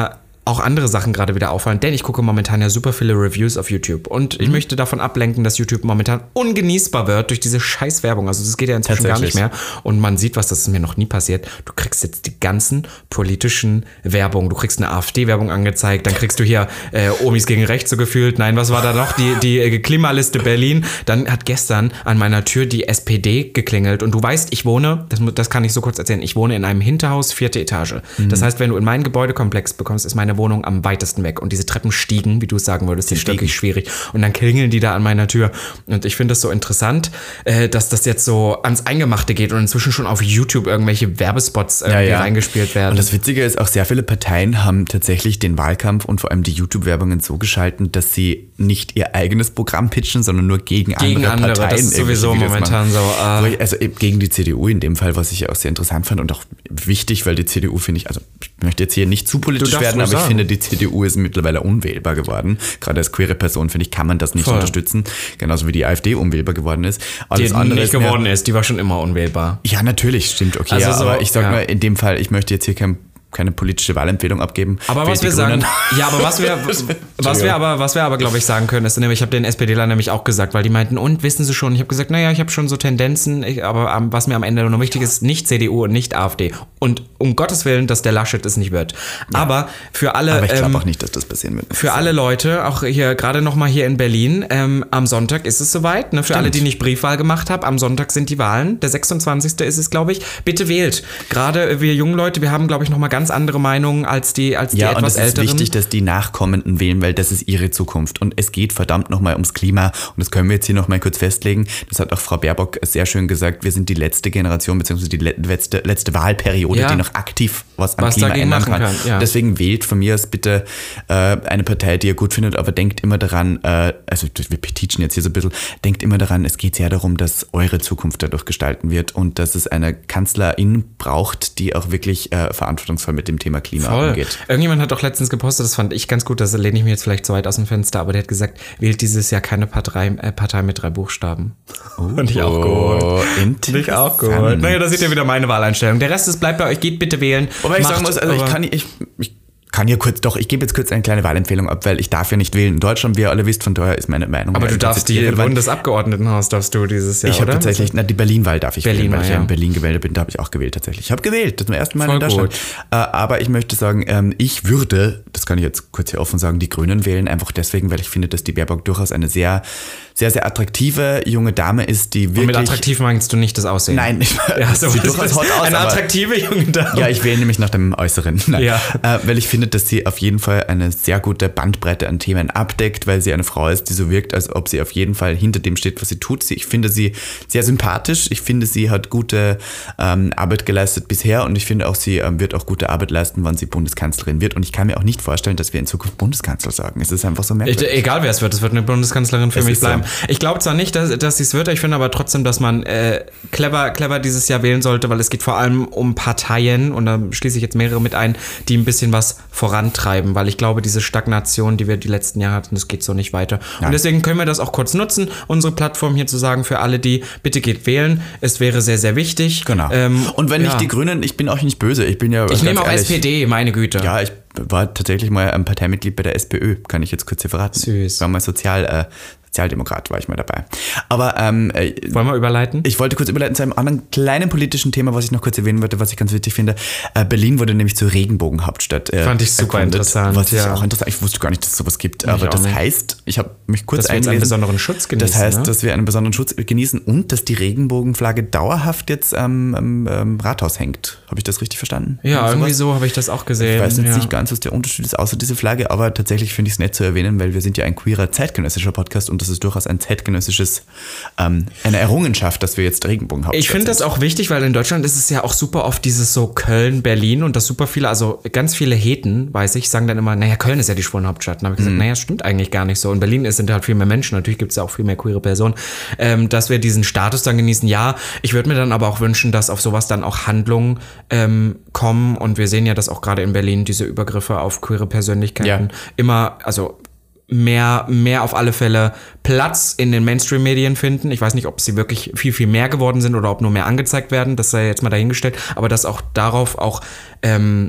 auch andere Sachen gerade wieder auffallen, denn ich gucke momentan ja super viele Reviews auf YouTube und ich mhm. möchte davon ablenken, dass YouTube momentan ungenießbar wird durch diese scheiß Werbung. Also das geht ja inzwischen gar nicht mehr und man sieht was, das ist mir noch nie passiert. Du kriegst jetzt die ganzen politischen Werbung. Du kriegst eine AfD-Werbung angezeigt, dann kriegst du hier äh, Omis gegen Rechts so gefühlt. Nein, was war da noch? Die, die äh, Klimaliste Berlin. Dann hat gestern an meiner Tür die S P D geklingelt und du weißt, ich wohne, das, das kann ich so kurz erzählen, ich wohne in einem Hinterhaus, vierte Etage. Mhm. Das heißt, wenn du in meinen Gebäudekomplex bekommst, ist meine Wohnung am weitesten weg. Und diese Treppenstiegen, wie du es sagen würdest, sind wirklich schwierig. Und dann klingeln die da an meiner Tür. Und ich finde das so interessant, äh, dass das jetzt so ans Eingemachte geht und inzwischen schon auf YouTube irgendwelche Werbespots irgendwie ja, ja. reingespielt werden. Und das Witzige ist, auch sehr viele Parteien haben tatsächlich den Wahlkampf und vor allem die YouTube-Werbungen so geschalten, dass sie nicht ihr eigenes Programm pitchen, sondern nur gegen, gegen andere, andere Parteien. Das ist sowieso momentan so. Uh. Also gegen die C D U in dem Fall, was ich auch sehr interessant fand und auch wichtig, weil die C D U, finde ich, also ich möchte jetzt hier nicht zu politisch werden, aber sagen. Ich finde, die C D U ist mittlerweile unwählbar geworden. Gerade als queere Person, finde ich, kann man das nicht Voll. unterstützen. Genauso wie die AfD unwählbar geworden ist. Alles die andere nicht ist geworden mehr, ist, die war schon immer unwählbar. Ja, natürlich, stimmt, okay. Also ja, so, aber ich sag ja. mal, in dem Fall, ich möchte jetzt hier kein keine politische Wahlempfehlung abgeben. Aber was wir Grünen. sagen, ja, aber was wir, was wir aber, was wir aber, glaube ich, sagen können, ist nämlich, ich habe den SPDlern nämlich auch gesagt, weil die meinten, und wissen Sie schon? Ich habe gesagt, naja, ich habe schon so Tendenzen, ich, aber um, was mir am Ende noch wichtig ist, nicht C D U und nicht AfD. Und um Gottes Willen, dass der Laschet es nicht wird. Ja. Aber für alle, aber ich glaube ähm, auch nicht, dass das passieren wird. Für alle Leute, auch hier gerade noch mal hier in Berlin, ähm, am Sonntag ist es soweit. Ne? Für Stimmt. alle, die nicht Briefwahl gemacht haben, am Sonntag sind die Wahlen. Der sechsundzwanzigste ist es, glaube ich. Bitte wählt. Gerade wir jungen Leute, wir haben, glaube ich, noch mal ganz andere Meinungen als die, als die ja, etwas älteren. Ja, und es ist wichtig, dass die Nachkommenden wählen, weil das ist ihre Zukunft. Und es geht verdammt nochmal ums Klima. Und das können wir jetzt hier nochmal kurz festlegen. Das hat auch Frau Baerbock sehr schön gesagt. Wir sind die letzte Generation, beziehungsweise die letzte, letzte Wahlperiode, ja. die noch aktiv was am was Klima ändern kann. kann ja. Deswegen wählt von mir aus bitte äh, eine Partei, die ihr gut findet, aber denkt immer daran, äh, also wir petitieren jetzt hier so ein bisschen, denkt immer daran, es geht sehr darum, dass eure Zukunft dadurch gestalten wird und dass es eine Kanzlerin braucht, die auch wirklich äh, verantwortungsvoll mit dem Thema Klima Voll. umgeht. Irgendjemand hat doch letztens gepostet, das fand ich ganz gut, das lehne ich mir jetzt vielleicht zu weit aus dem Fenster, aber der hat gesagt, wählt dieses Jahr keine Partei, äh, Partei mit drei Buchstaben. Oh, fand ich auch gut. Fand ich auch gut. Naja, da seht ihr wieder meine Wahleinstellung. Der Rest ist, bleibt bei euch, geht bitte wählen. Wobei ich sagen muss, also ich kann nicht, ich, ich kann hier kurz, doch, ich gebe jetzt kurz eine kleine Wahlempfehlung ab, weil ich darf ja nicht wählen in Deutschland, wie ihr alle wisst, von daher ist meine Meinung. Aber du darfst die Bundesabgeordnetenhaus, darfst du dieses Jahr, Ich habe tatsächlich, na, die Berlin-Wahl darf ich Berlin, wählen, weil ich ja ja in Berlin gewählt bin, da habe ich auch gewählt tatsächlich. Ich habe gewählt, das ist mein erstes Mal Voll in Deutschland. Gut. Aber ich möchte sagen, ich würde, das kann ich jetzt kurz hier offen sagen, die Grünen wählen, einfach deswegen, weil ich finde, dass die Baerbock durchaus eine sehr, sehr, sehr attraktive junge Dame ist, die wirklich... Und mit attraktiv meinst du nicht das Aussehen? Nein, ich, ja, so sieht durchaus hot aus. Eine attraktive junge Dame. Ja, ich wähle nämlich nach dem Äußeren. Nein. Ja. Äh, weil ich finde, dass sie auf jeden Fall eine sehr gute Bandbreite an Themen abdeckt, weil sie eine Frau ist, die so wirkt, als ob sie auf jeden Fall hinter dem steht, was sie tut. Sie, ich finde sie sehr sympathisch. Ich finde, sie hat gute ähm, Arbeit geleistet bisher und ich finde auch, sie ähm, wird auch gute Arbeit leisten, wann sie Bundeskanzlerin wird. Und ich kann mir auch nicht vorstellen, dass wir in Zukunft Bundeskanzler sagen. Es ist einfach so merkwürdig. Ich, egal wer es wird, es wird eine Bundeskanzlerin für es mich bleiben. So. Ich glaube zwar nicht, dass, dass sie es wird, ich finde aber trotzdem, dass man äh, clever, clever dieses Jahr wählen sollte, weil es geht vor allem um Parteien und da schließe ich jetzt mehrere mit ein, die ein bisschen was vorantreiben, weil ich glaube, diese Stagnation, die wir die letzten Jahre hatten, das geht so nicht weiter. Nein. Und deswegen können wir das auch kurz nutzen, unsere Plattform hier zu sagen, für alle, die, bitte geht wählen. Es wäre sehr, sehr wichtig. Genau. Ähm, und wenn ja. nicht die Grünen, ich bin auch nicht böse, ich bin ja Ich nehme auch ehrlich, S P D, meine Güte. Ja, ich war tatsächlich mal ein Parteimitglied bei der SPÖ, kann ich jetzt kurz hier verraten. Süß. Ich war mal Sozial... Äh, Sozialdemokrat war ich mal dabei. Aber ähm, äh, wollen wir überleiten? Ich wollte kurz überleiten zu einem anderen kleinen politischen Thema, was ich noch kurz erwähnen wollte, was ich ganz wichtig finde. Äh, Berlin wurde nämlich zur Regenbogenhauptstadt. Äh, Fand ich super erkundet, interessant. Was ja. ich auch interessant. Ich wusste gar nicht, dass es sowas gibt. Aber das nicht. heißt, ich habe mich kurz dass wir jetzt einen besonderen Schutz genießen. Das heißt, ne? dass wir einen besonderen Schutz genießen und dass die Regenbogenflagge dauerhaft jetzt ähm, am ähm, Rathaus hängt. Habe ich das richtig verstanden? Ja, irgendwie so habe ich das auch gesehen. Ich weiß jetzt ja. nicht ganz, was der Unterschied ist, außer diese Flagge, aber tatsächlich finde ich es nett zu erwähnen, weil wir sind ja ein queerer zeitgenössischer Podcast und das ist durchaus ein zeitgenössisches, ähm, eine Errungenschaft, dass wir jetzt Regenbogenhauptstadt Ich finde das auch wichtig, weil in Deutschland ist es ja auch super oft dieses so Köln, Berlin und das super viele, also ganz viele Heten, weiß ich, sagen dann immer, naja, Köln ist ja die Schwulenhauptstadt. Dann habe ich gesagt, mhm. naja, das stimmt eigentlich gar nicht so. In Berlin sind halt viel mehr Menschen, natürlich gibt es ja auch viel mehr queere Personen, ähm, dass wir diesen Status dann genießen. Ja, ich würde mir dann aber auch wünschen, dass auf sowas dann auch Handlungen ähm, kommen und wir sehen ja, dass auch gerade in Berlin diese Übergriffe auf queere Persönlichkeiten ja. immer, also mehr, mehr auf alle Fälle Platz in den Mainstream-Medien finden. Ich weiß nicht, ob sie wirklich viel, viel mehr geworden sind oder ob nur mehr angezeigt werden. Das sei jetzt mal dahingestellt. Aber dass auch darauf auch ähm,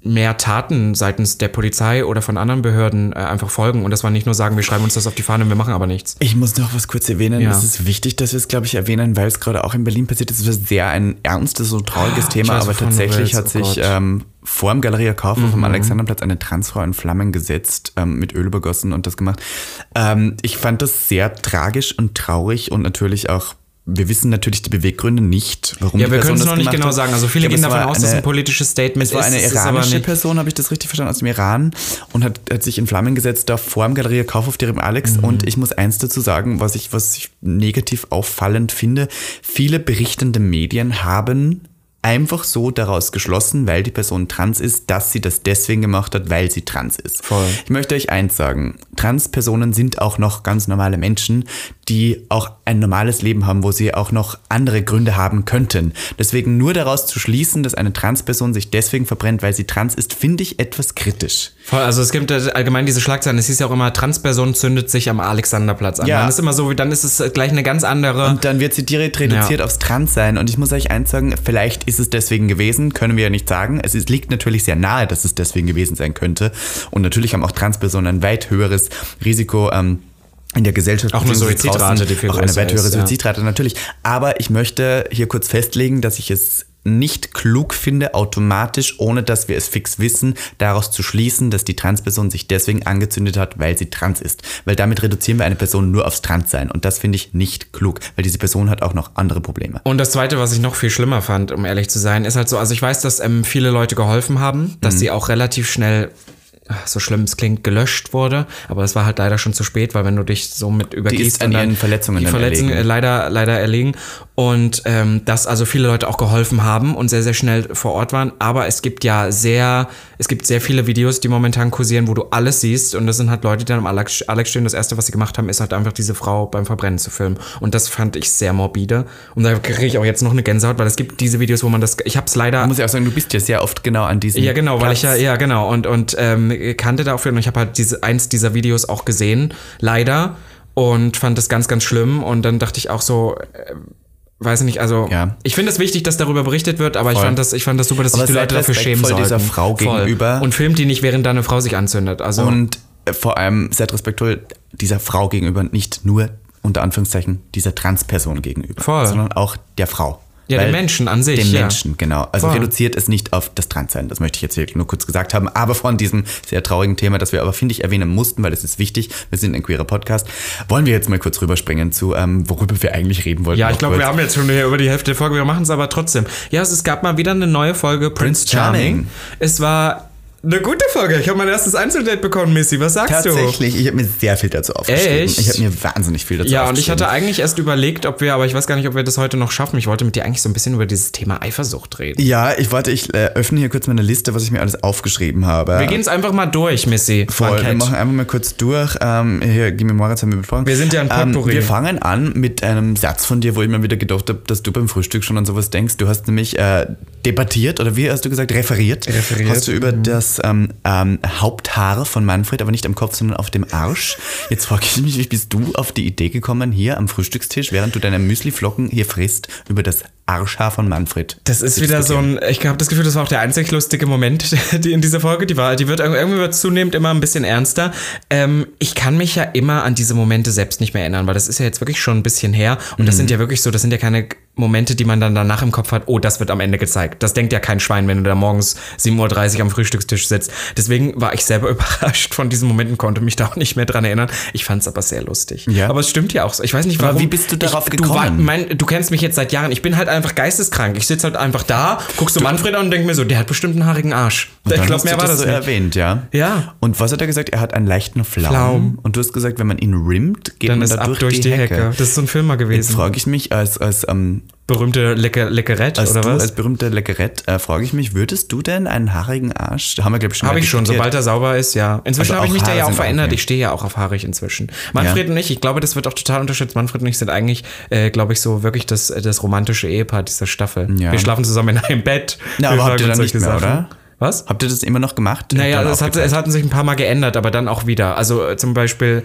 mehr Taten seitens der Polizei oder von anderen Behörden äh, einfach folgen. Und das war nicht nur sagen, wir schreiben uns das auf die Fahne und wir machen aber nichts. Ich muss noch was kurz erwähnen. Ja. Es ist wichtig, dass wir es, glaube ich, erwähnen, weil es gerade auch in Berlin passiert ist. Es ist sehr ein ernstes und trauriges Oh, Thema, weiß, aber wovon du tatsächlich willst. hat Oh sich Gott. ähm, vor dem Galeria Kaufhof Mhm. am Alexanderplatz eine Transfrau in Flammen gesetzt, ähm, mit Öl übergossen und das gemacht. Ähm, ich fand das sehr tragisch und traurig und natürlich auch. Wir wissen natürlich die Beweggründe nicht, warum Ja, die wir Person können es das noch nicht gemacht genau hat. sagen. Also viele Ich gehen glaube, es davon war aus, dass eine- ein politisches Statement Es war eine ist. Es ist aber iranische nicht. Person, habe ich das richtig verstanden, aus dem Iran und hat, hat sich in Flammen gesetzt da vor dem Galeria Kaufhof direkt im Alex. Mhm. Und ich muss eins dazu sagen, was ich, was ich negativ auffallend finde. Viele berichtende Medien haben einfach so daraus geschlossen, weil die Person trans ist, dass sie das deswegen gemacht hat, weil sie trans ist. Voll. Ich möchte euch eins sagen. Trans-Personen sind auch noch ganz normale Menschen, die auch ein normales Leben haben, wo sie auch noch andere Gründe haben könnten. Deswegen nur daraus zu schließen, dass eine Trans-Person sich deswegen verbrennt, weil sie trans ist, finde ich etwas kritisch. Voll, also es gibt äh, allgemein diese Schlagzeilen, es hieß ja auch immer, Transperson zündet sich am Alexanderplatz an. Ja. Dann ist immer so, dann ist es gleich eine ganz andere... Und dann wird sie direkt reduziert Ja. aufs Transsein. Und ich muss euch eins sagen, vielleicht ist es deswegen gewesen, können wir ja nicht sagen. Es ist, liegt natürlich sehr nahe, dass es deswegen gewesen sein könnte. Und natürlich haben auch Transpersonen ein weit höheres Risiko, ähm, in der Gesellschaft. Auch eine beziehungsweise Suizidrate, draußen, die viel auch eine größer weit höhere ist, ja. Suizidrate, natürlich. Aber ich möchte hier kurz festlegen, dass ich es nicht klug finde, automatisch, ohne dass wir es fix wissen, daraus zu schließen, dass die Transperson sich deswegen angezündet hat, weil sie trans ist. Weil damit reduzieren wir eine Person nur aufs Transsein. Und das finde ich nicht klug, weil diese Person hat auch noch andere Probleme. Und das Zweite, was ich noch viel schlimmer fand, um ehrlich zu sein, ist halt so, also ich weiß, dass ähm, viele Leute geholfen haben, dass Mhm. sie auch relativ schnell, ach, so schlimm es klingt, gelöscht wurde, aber es war halt leider schon zu spät, weil wenn du dich so mit übergießt ist an und dann ihren Verletzungen die dann Verletzungen erlegen. äh, leider, leider erlegen und ähm, dass also viele Leute auch geholfen haben und sehr, sehr schnell vor Ort waren, aber es gibt ja sehr, es gibt sehr viele Videos, die momentan kursieren, wo du alles siehst und das sind halt Leute, die dann am Alex, Alex stehen, das erste, was sie gemacht haben, ist halt einfach diese Frau beim Verbrennen zu filmen und das fand ich sehr morbide und da kriege ich auch jetzt noch eine Gänsehaut, weil es gibt diese Videos, wo man das, ich habe es leider... Da muss ich auch sagen, du bist ja sehr oft genau an diesem Ja, genau, weil ich ja, Platz. ja, genau, und, und ähm, kannte dafür und ich habe halt diese, eins dieser Videos auch gesehen, leider, und fand das ganz, ganz schlimm und dann dachte ich auch so, äh, weiß nicht, also Ja. ich finde es wichtig, dass darüber berichtet wird, aber ich Voll. fand das, ich fand das super, dass Aber sich die seid Leute dafür schämen respektvoll sollten. dieser Frau Voll. gegenüber. Und filmt die nicht, während da eine Frau sich anzündet. Also Und äh, vor allem seid respektvoll dieser Frau gegenüber, nicht nur unter Anführungszeichen dieser Transperson gegenüber, Voll. sondern auch der Frau. Ja, Weil dem Menschen an sich, Dem ja. Menschen, genau. Also Voll. reduziert es nicht auf das Transsein. Das möchte ich jetzt hier nur kurz gesagt haben. Aber von diesem sehr traurigen Thema, das wir aber, finde ich, erwähnen mussten, weil es ist wichtig. Wir sind ein queerer Podcast. Wollen wir jetzt mal kurz rüberspringen zu, ähm, worüber wir eigentlich reden wollten. ja, ich Noch glaube, kurz. wir haben jetzt schon über die Hälfte der Folge, wir machen es aber trotzdem. Ja, es, es gab mal wieder eine neue Folge Prince, Prince Charming. Charming. Es war eine gute Folge. Ich habe mein erstes Einzeldate bekommen, Missy. Was sagst du? Tatsächlich, ich habe mir sehr viel dazu aufgeschrieben. Echt? Ich habe mir wahnsinnig viel dazu Ja, und aufgeschrieben. ich hatte eigentlich erst überlegt, ob wir, aber ich weiß gar nicht, ob wir das heute noch schaffen. Ich wollte mit dir eigentlich so ein bisschen über dieses Thema Eifersucht reden. Ja, ich warte, ich äh, öffne hier kurz meine Liste, was ich mir alles aufgeschrieben habe. Wir gehen es einfach mal durch, Missy. Voll, wir Frankett. machen einfach mal kurz durch. Ähm, hier, gib mir Moritz, haben wir besprochen. Wir sind ja ein ähm, Potpourri. Wir fangen an mit einem Satz von dir, wo ich mir wieder gedacht habe, dass du beim Frühstück schon an sowas denkst. Du hast nämlich äh, debattiert, oder wie hast du gesagt, referiert. Referiert. Hast du über das ähm, ähm, Haupthaar von Manfred, aber nicht am Kopf, sondern auf dem Arsch. Jetzt frage ich mich, wie bist du auf die Idee gekommen, hier am Frühstückstisch, während du deine Müsliflocken hier frisst, über das Arschhaar von Manfred Das ist zu wieder so diskutieren? ein, ich habe das Gefühl, das war auch der einzig lustige Moment die in dieser Folge. Die war, die wird irgendwie wird zunehmend immer ein bisschen ernster. Ähm, ich kann mich ja immer an diese Momente selbst nicht mehr erinnern, weil das ist ja jetzt wirklich schon ein bisschen her. Und das Mhm. sind ja wirklich so, das sind ja keine Momente, die man dann danach im Kopf hat, oh, das wird am Ende gezeigt. Das denkt ja kein Schwein, wenn du da morgens sieben Uhr dreißig am Frühstückstisch sitzt. Deswegen war ich selber überrascht von diesen Momenten, konnte mich da auch nicht mehr dran erinnern. Ich fand es aber sehr lustig. Ja. Aber es stimmt ja auch so. Ich weiß nicht, Aber warum. wie bist du darauf ich, gekommen? Du, war, mein, du kennst mich jetzt seit Jahren. Ich bin halt einfach geisteskrank. Ich sitze halt einfach da, guckst du Manfred an und denk mir so, der hat bestimmt einen haarigen Arsch. Und Ich dann glaube, hast mehr du war das das so nicht. erwähnt, ja. Ja. Und was hat er gesagt? Er hat einen leichten Flaum. Flaum. Und du hast gesagt, wenn man ihn rimmt, geht Dann man ist da ab durch, durch die Hecke. Das ist so ein Film mal Jetzt gewesen. frage ich mich als, als, ähm, Berühmte Lecke, Leckerette, als oder du was? als berühmter Leckerett, äh, frage ich mich, würdest du denn einen haarigen Arsch, da haben wir glaube ich schon Habe mal ich schon, diskutiert. sobald er sauber ist, ja. Inzwischen Also habe ich auch mich da Haare ja auch sind verändert. okay. Ich stehe ja auch auf haarig inzwischen. Manfred Ja. und ich, ich glaube, das wird auch total unterschätzt. Manfred und ich sind eigentlich, äh, glaube ich, so wirklich das, das romantische Ehepaar dieser Staffel. Ja. Wir schlafen zusammen in einem Bett. Na, Wir aber habt fragen ihr uns dann nicht solche mehr, Sachen. oder? Was? Habt ihr das immer noch gemacht? Naja, Dann es, hat, aufgeteilt? es hatten sich ein paar Mal geändert, aber dann auch wieder. Also äh, zum Beispiel,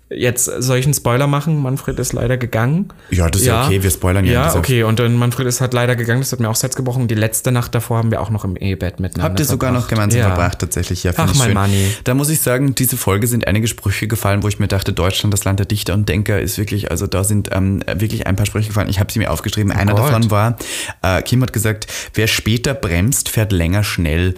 Jetzt soll ich einen Spoiler machen? Manfred ist leider gegangen. Ja, das ist ja, ja okay, wir spoilern ja. Ja, okay, und dann Manfred ist halt leider gegangen, das hat mir auch das Herz gebrochen. Die letzte Nacht davor haben wir auch noch im Ehebett miteinander Habt ihr sogar verbracht. noch gemeinsam ja. verbracht, tatsächlich. Ja, Ach, mein Manni. Da muss ich sagen, diese Folge sind einige Sprüche gefallen, wo ich mir dachte, Deutschland, das Land der Dichter und Denker ist wirklich, also da sind ähm, wirklich ein paar Sprüche gefallen. Ich habe sie mir aufgeschrieben. Oh Einer Gott. davon war, äh, Kim hat gesagt, wer später bremst, fährt länger schnell.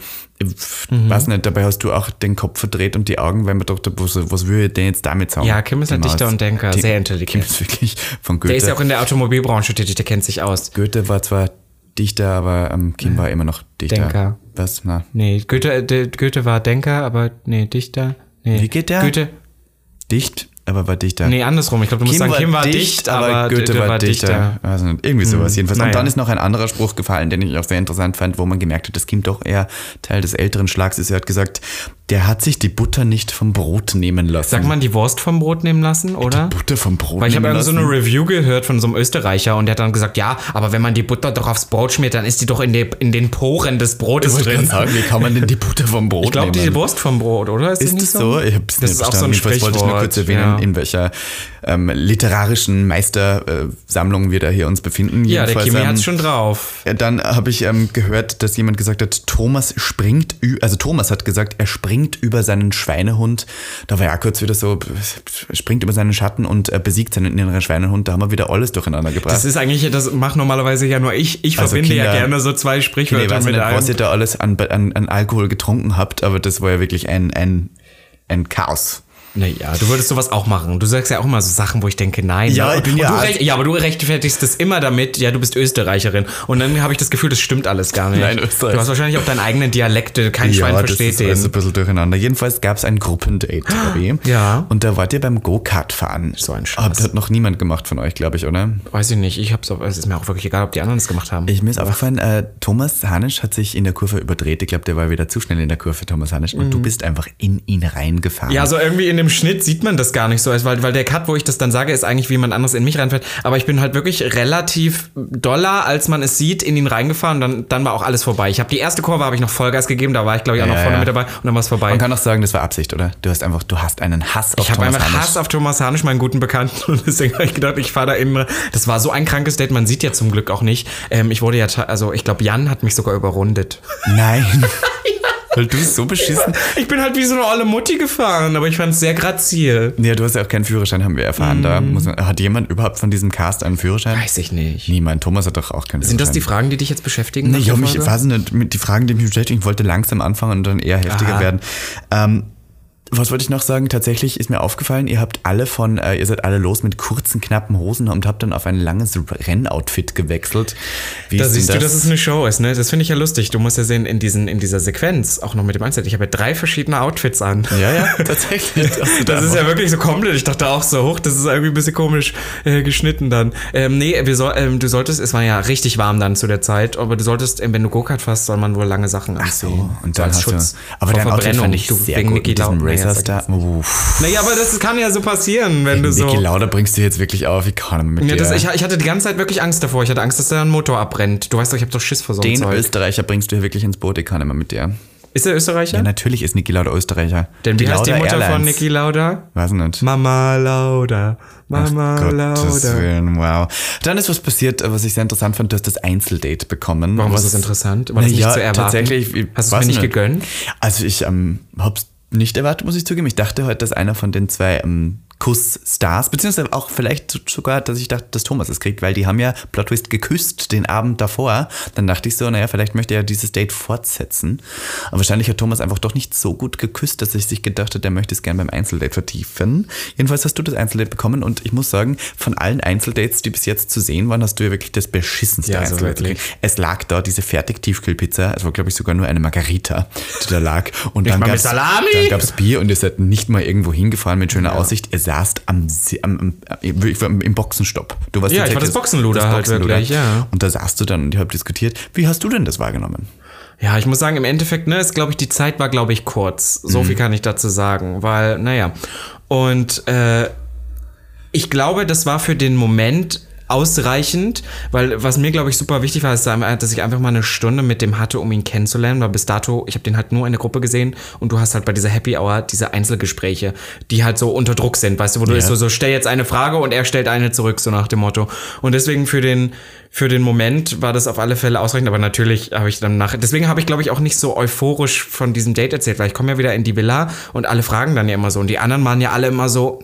Mhm. Weiß nicht, dabei hast du auch den Kopf verdreht und die Augen, weil man dachte, was, was würde ich denn jetzt damit sagen? Ja, Kim ist ein Dichter und Denker, sehr intelligent. Kim ist wirklich von Goethe. Der ist ja auch in der Automobilbranche tätig, der kennt sich aus. Goethe war zwar Dichter, aber ähm, Kim war immer noch Dichter. Denker. Was? Na. Nee, Goethe, de, Goethe war Denker, aber nee, Dichter. Nee. Wie geht der? Goethe. Dicht, aber war Dichter. Nee, andersrum. Ich glaube, du musst Kim sagen, Kim war dicht, dicht, aber, aber Goethe war, war Dichter. Dichter. Also irgendwie sowas jedenfalls. Naja. Und dann ist noch ein anderer Spruch gefallen, den ich auch sehr interessant fand, wo man gemerkt hat, dass Kim doch eher Teil des älteren Schlags ist. Er hat gesagt, der hat sich die Butter nicht vom Brot nehmen lassen. Sagt man die Wurst vom Brot nehmen lassen, oder? Die Butter vom Brot Weil ich nehmen habe lassen. so eine Review gehört von so einem Österreicher und der hat dann gesagt, ja, aber wenn man die Butter doch aufs Brot schmiert, dann ist die doch in, die, in den Poren des Brotes ich drin. Sagen, wie kann man denn die Butter vom Brot ich glaub, nehmen? Ich glaube, die Wurst vom Brot, oder? Ist, ist das so? so? Ich habe es nicht ist auch so ein Jedenfalls wollte ich nur kurz erwähnen, ja. in welcher ähm, literarischen Meistersammlung wir da hier uns befinden. Ja, Jedenfalls, der Kimi ähm, hat's schon drauf. Dann habe ich ähm, gehört, dass jemand gesagt hat, Thomas springt, also Thomas hat gesagt, er springt über seinen Schweinehund. Da war ja kurz wieder so, springt über seinen Schatten und äh, besiegt seinen inneren Schweinehund. Da haben wir wieder alles durcheinander gebracht. Das ist eigentlich, das macht normalerweise ja nur ich. Ich also verbinde Kinder, ja gerne so zwei Sprichwörter ich weiß mit nicht, einem. was ihr da alles an, an, an Alkohol getrunken habt, aber das war ja wirklich ein, ein, ein Chaos. Naja, du würdest sowas auch machen. Du sagst ja auch immer so Sachen, wo ich denke, nein. Ja, ne? ich bin und ja du Arzt. recht, ja, aber du rechtfertigst das immer damit, ja, du bist Österreicherin. Und dann habe ich das Gefühl, das stimmt alles gar nicht. Nein, Österreich. Du hast wahrscheinlich auch deinen eigenen Dialekt, kein Schwein ja, versteht das ist den. alles ein bisschen durcheinander. Jedenfalls gab es ein Gruppendate, Gabi. Ja. Und da wart ihr beim Go-Kart fahren. So ein Scheiß. Habt hat noch niemand gemacht von euch, glaube ich, oder? Weiß ich nicht. Ich hab's auch, es ist mir auch wirklich egal, ob die anderen es gemacht haben. Ich, mir ist aufgefallen, äh, Thomas Hanisch hat sich in der Kurve überdreht. Ich glaube, der war wieder zu schnell in der Kurve, Thomas Hanisch. Und mhm. du bist einfach in ihn reingefahren. Ja, so irgendwie in dem Schnitt sieht man das gar nicht so, weil, weil der Cut, wo ich das dann sage, ist eigentlich, wie jemand anderes in mich reinfährt. Aber ich bin halt wirklich relativ doller, als man es sieht, in ihn reingefahren. Und dann, dann war auch alles vorbei. Ich habe die erste Kurve, habe ich noch Vollgas gegeben. Da war ich, glaube ich, auch ja, noch vorne ja. mit dabei. Und dann war es vorbei. Man kann auch sagen, das war Absicht, oder? Du hast einfach, du hast einen Hass auf ich Thomas Hanisch. Ich habe einfach Hass auf Thomas Hanisch, meinen guten Bekannten. Und deswegen habe ich gedacht, ich fahre da innen. Das war so ein krankes Date. Man sieht ja zum Glück auch nicht. Ähm, ich wurde ja, also ich glaube, Jan hat mich sogar überrundet. Nein. Weil du bist so beschissen. Ich bin halt wie so eine olle Mutti gefahren, aber ich fand es sehr grazil. Ja, du hast ja auch keinen Führerschein, haben wir erfahren. Mm. Da muss man, hat jemand überhaupt von diesem Cast einen Führerschein? Weiß ich nicht. Niemand. Thomas hat doch auch keinen Sind Führerschein. Sind das die Fragen, die dich jetzt beschäftigen? Nee, ich mich, weiß nicht, die Fragen, die mich beschäftigen, ich wollte langsam anfangen und dann eher heftiger Aha. werden. Ähm, Was wollte ich noch sagen? Tatsächlich ist mir aufgefallen, ihr habt alle von, äh, ihr seid alle los mit kurzen, knappen Hosen und habt dann auf ein langes Rennoutfit gewechselt. Wie da ist siehst das? du, dass es eine Show ist, ne? Das finde ich ja lustig. Du musst ja sehen, in, diesen, in dieser Sequenz, auch noch mit dem Mindset, ich habe ja drei verschiedene Outfits an. Ja, ja, tatsächlich. Das, das ist ja wirklich so komplett. Ich dachte auch so hoch, das ist irgendwie ein bisschen komisch äh, geschnitten dann. Ähm, nee, wir soll, ähm, du solltest, es war ja richtig warm dann zu der Zeit, aber du solltest, ähm, wenn du Go-Kart fährst, soll man wohl lange Sachen anziehen. Ach so, und dann so als hast Schutz du, aber dein Outfit fand ich sehr wegen gut Niki mit diesem Lauda. Racer-Star. Naja, naja, aber das kann ja so passieren, wenn du so... Niki Lauda bringst du jetzt wirklich auf, wie kann man mit ja, dir... das, ich, ich hatte die ganze Zeit wirklich Angst davor. Ich hatte Angst, dass da ein Motor abbrennt. Du weißt doch, ich habe doch Schiss vor so einem Den Zeug. Österreicher bringst du hier wirklich ins Boot, ich kann immer mit dir. Ist er Österreicher? Ja, natürlich ist Niki Lauda Österreicher. Denn wie die heißt die Lauda Mutter Airlines. von Niki Lauda? Weiß nicht. Mama Lauda. Mama Ach, Lauda. Gottes Willen, wow. Dann ist was passiert, was ich sehr interessant fand. Du hast das Einzeldate bekommen. Warum war was das interessant? War das nicht ja, zu erwarten? Tatsächlich. Hast du es mir nicht gegönnt? Also ich ähm, hab's nicht erwartet, muss ich zugeben. Ich dachte heute, dass einer von den zwei ähm, Kuss-Stars, beziehungsweise auch vielleicht sogar, dass ich dachte, dass Thomas es kriegt, weil die haben ja Plot Twist geküsst den Abend davor. Dann dachte ich so, naja, vielleicht möchte er dieses Date fortsetzen. Aber wahrscheinlich hat Thomas einfach doch nicht so gut geküsst, dass ich sich gedacht habe, der möchte es gerne beim Einzeldate vertiefen. Jedenfalls hast du das Einzeldate bekommen und ich muss sagen, von allen Einzeldates, die bis jetzt zu sehen waren, hast du ja wirklich das beschissenste ja, Einzeldate. So es lag da diese Fertig-Tiefkühlpizza, es war glaube ich sogar nur eine Margarita, die da lag. Und nicht dann mal gab's, mit Salami? Dann gab es Bier und ihr seid nicht mal irgendwo hingefahren mit schöner ja. Aussicht. Ihr saßt am, am, am, im Boxenstopp. Du warst ja, ich war das Boxenluder das halt Boxenluder. wirklich, ja. Und da saßt du dann und ihr habt diskutiert. Wie hast du denn das wahrgenommen? Ja, ich muss sagen, im Endeffekt, ne, ist, glaube ich, die Zeit war, glaube ich, kurz. So mhm. viel kann ich dazu sagen, weil, naja. Und äh, ich glaube, das war für den Moment ausreichend, weil was mir, glaube ich, super wichtig war, ist, dass ich einfach mal eine Stunde mit dem hatte, um ihn kennenzulernen, weil bis dato, ich habe den halt nur in der Gruppe gesehen und du hast halt bei dieser Happy Hour diese Einzelgespräche, die halt so unter Druck sind, weißt du, wo du ja. so, so stell jetzt eine Frage und er stellt eine zurück, so nach dem Motto. Und deswegen für den, für den Moment war das auf alle Fälle ausreichend, aber natürlich habe ich dann nach, deswegen habe ich, glaube ich, auch nicht so euphorisch von diesem Date erzählt, weil ich komme ja wieder in die Villa und alle fragen dann ja immer so und die anderen waren ja alle immer so,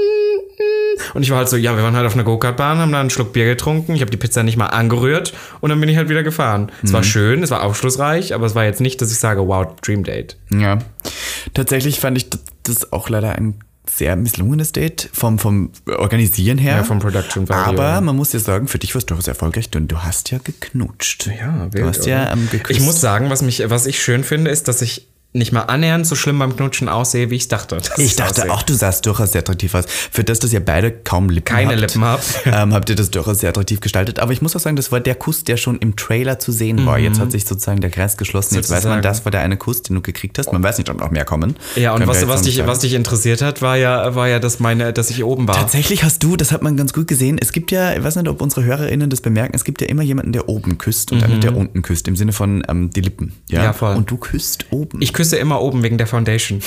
und ich war halt so, ja, wir waren halt auf einer Go-Kart-Bahn, haben da einen Schluck Bier getrunken, ich habe die Pizza nicht mal angerührt und dann bin ich halt wieder gefahren. Es mhm. war schön, es war aufschlussreich, aber es war jetzt nicht, dass ich sage, wow, Dream Date. Ja, tatsächlich fand ich das auch leider ein sehr misslungenes Date vom, vom Organisieren her. Ja, vom Production Value. Aber man muss ja sagen, für dich war es durchaus erfolgreich und du hast ja geknutscht. Ja, wild, Du hast oder? ja ähm, geküsst. Ich muss sagen, was, mich, was ich schön finde, ist, dass ich nicht mal annähernd so schlimm beim Knutschen aussehe, wie ich dachte. Ich dachte aussehe. auch, du sahst durchaus sehr attraktiv aus. Für das, dass ihr beide kaum Lippen Keine habt, Lippen habt. ähm, habt ihr das durchaus sehr attraktiv gestaltet. Aber ich muss auch sagen, das war der Kuss, der schon im Trailer zu sehen war. Mhm. Jetzt hat sich sozusagen der Kreis geschlossen. Jetzt sozusagen. Weiß man, das war der eine Kuss, den du gekriegt hast. Man weiß nicht, ob noch mehr kommen. Ja, und was, was, dich, was dich interessiert hat, war ja, war ja dass, meine, dass ich hier oben war. Tatsächlich hast du, das hat man ganz gut gesehen, es gibt ja, ich weiß nicht, ob unsere HörerInnen das bemerken, es gibt ja immer jemanden, der oben küsst und mhm. einen, der unten küsst. Im Sinne von ähm, die Lippen. Ja? ja, voll. Und du küsst oben. Ich küsse immer oben wegen der Foundation.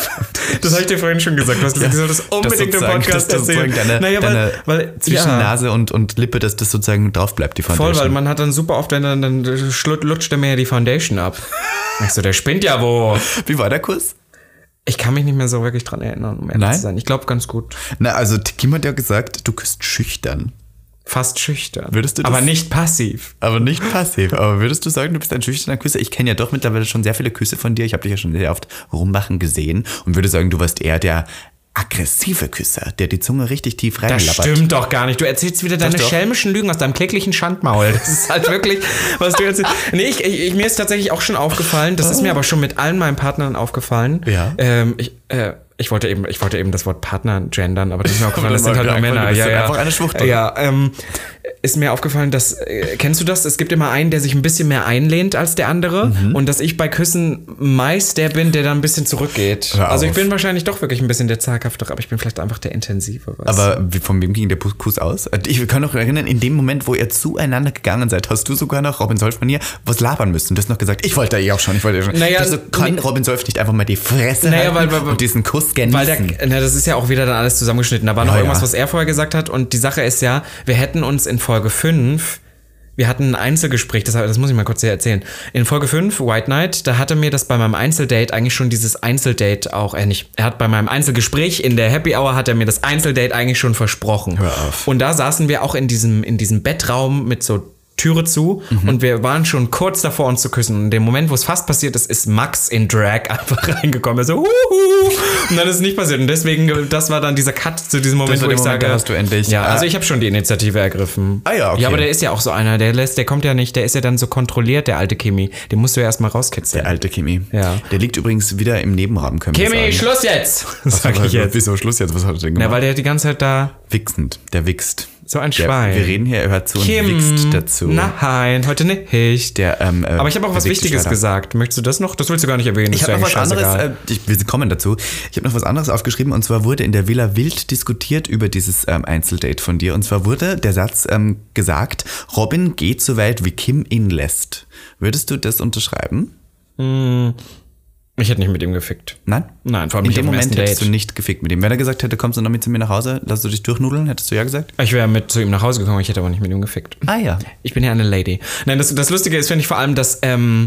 Das habe ich dir vorhin schon gesagt. Du hast gesagt, ja, das unbedingt im Podcast erzählen. Deine, naja, deine weil, weil, zwischen ja. Nase und, und Lippe, dass das sozusagen drauf bleibt, die Foundation. Voll, weil man hat dann super oft, wenn dann, dann lutscht er mir ja die Foundation ab. Ich so, der spinnt ja wo. Wie war der Kuss? Ich kann mich nicht mehr so wirklich dran erinnern, um ehrlich zu sein. Ich glaube, ganz gut. Na, also Kim hat ja gesagt, du küsst schüchtern. Fast schüchtern. Würdest du das, aber nicht passiv. Aber nicht passiv. Aber würdest du sagen, du bist ein schüchterner Küsser? Ich kenne ja doch mittlerweile schon sehr viele Küsse von dir. Ich habe dich ja schon sehr oft rummachen gesehen und würde sagen, du warst eher der aggressive Küsser, der die Zunge richtig tief reinlappert. Das stimmt doch gar nicht. Du erzählst wieder deine schelmischen Lügen aus deinem kläglichen Schandmaul. Das ist halt wirklich, was du erzählst. Nee, ich, ich, mir ist tatsächlich auch schon aufgefallen, das ist mir aber schon mit allen meinen Partnern aufgefallen. Ja. Ähm, ich, äh, Ich wollte eben, ich wollte eben das Wort Partner gendern, aber das ist mir aufgefallen, das sind halt nur Männer. Ja, ja. Einfach eine Schwuchtel. Ja, ähm, ist mir aufgefallen, dass, äh, kennst du das? Es gibt immer einen, der sich ein bisschen mehr einlehnt als der andere mhm. und dass ich bei Küssen meist der bin, der dann ein bisschen zurückgeht. Also ich bin wahrscheinlich doch wirklich ein bisschen der zaghaftere, aber ich bin vielleicht einfach der intensive. Aber wie, von wem ging der Kuss aus? Ich kann noch erinnern, in dem Moment, wo ihr zueinander gegangen seid, hast du sogar noch Robin Solf von ihr was labern müssen. Du hast noch gesagt, ich wollte eh auch schon, ich wollte eh schon. Naja, also kann nee, Robin Solf nicht einfach mal die Fresse naja, halten weil, weil, und diesen Kuss genießen? Weil der, na, das ist ja auch wieder dann alles zusammengeschnitten. Da war noch ja, irgendwas, ja. was er vorher gesagt hat. Und die Sache ist ja, wir hätten uns in Folge fünf, wir hatten ein Einzelgespräch, das, das muss ich mal kurz hier erzählen. In Folge fünf, White Knight, da hatte mir das bei meinem Einzeldate eigentlich schon dieses Einzeldate auch, äh nicht, er hat bei meinem Einzelgespräch in der Happy Hour hat er mir das Einzeldate eigentlich schon versprochen. Hör auf. Und da saßen wir auch in diesem, in diesem Bettraum mit so Türe zu mhm. und wir waren schon kurz davor, uns zu küssen. Und in dem Moment, wo es fast passiert ist, ist Max in Drag einfach reingekommen. Er so, huhu! Und dann ist es nicht passiert. Und deswegen, das war dann dieser Cut zu diesem Moment, wo ich Moment, sage, hast du endlich. Ja, also ich habe schon die Initiative ergriffen. Ah ja, okay. Ja, aber der ist ja auch so einer, der lässt, der kommt ja nicht, der ist ja dann so kontrolliert, der alte Kimi. Den musst du ja erstmal rauskitzeln. Der alte Kimi. Ja. Der liegt übrigens wieder im Nebenraum, können wir sagen. Kimi, Schluss jetzt! Sag ich jetzt. Wieso Schluss jetzt? Was hat er denn gemacht? Na, weil der die ganze Zeit da... Wichsend. Der wichst. So ein Schwein. Der, wir reden hier, er hört zu Kim, und wichst dazu. Nein, heute nicht. Der, ähm, äh, Aber ich habe auch was Wichtiges gesagt. Möchtest du das noch? Das willst du gar nicht erwähnen. Ich habe noch was anderes, äh, ich, wir kommen dazu. Ich habe noch was anderes aufgeschrieben und zwar wurde in der Villa wild diskutiert über dieses ähm, Einzeldate von dir. Und zwar wurde der Satz ähm, gesagt, Robin geht so weit, wie Kim ihn lässt. Würdest du das unterschreiben? Hm. Ich hätte nicht mit ihm gefickt. Nein? Nein, vor allem in nicht dem Moment hättest Date. du nicht gefickt mit ihm. Wenn er gesagt hätte, kommst du noch mit zu mir nach Hause, lass du dich durchnudeln, hättest du ja gesagt? Ich wäre mit zu ihm nach Hause gekommen, ich hätte aber nicht mit ihm gefickt. Ah ja. Ich bin ja eine Lady. Nein, das, das Lustige ist, finde ich vor allem, dass ähm,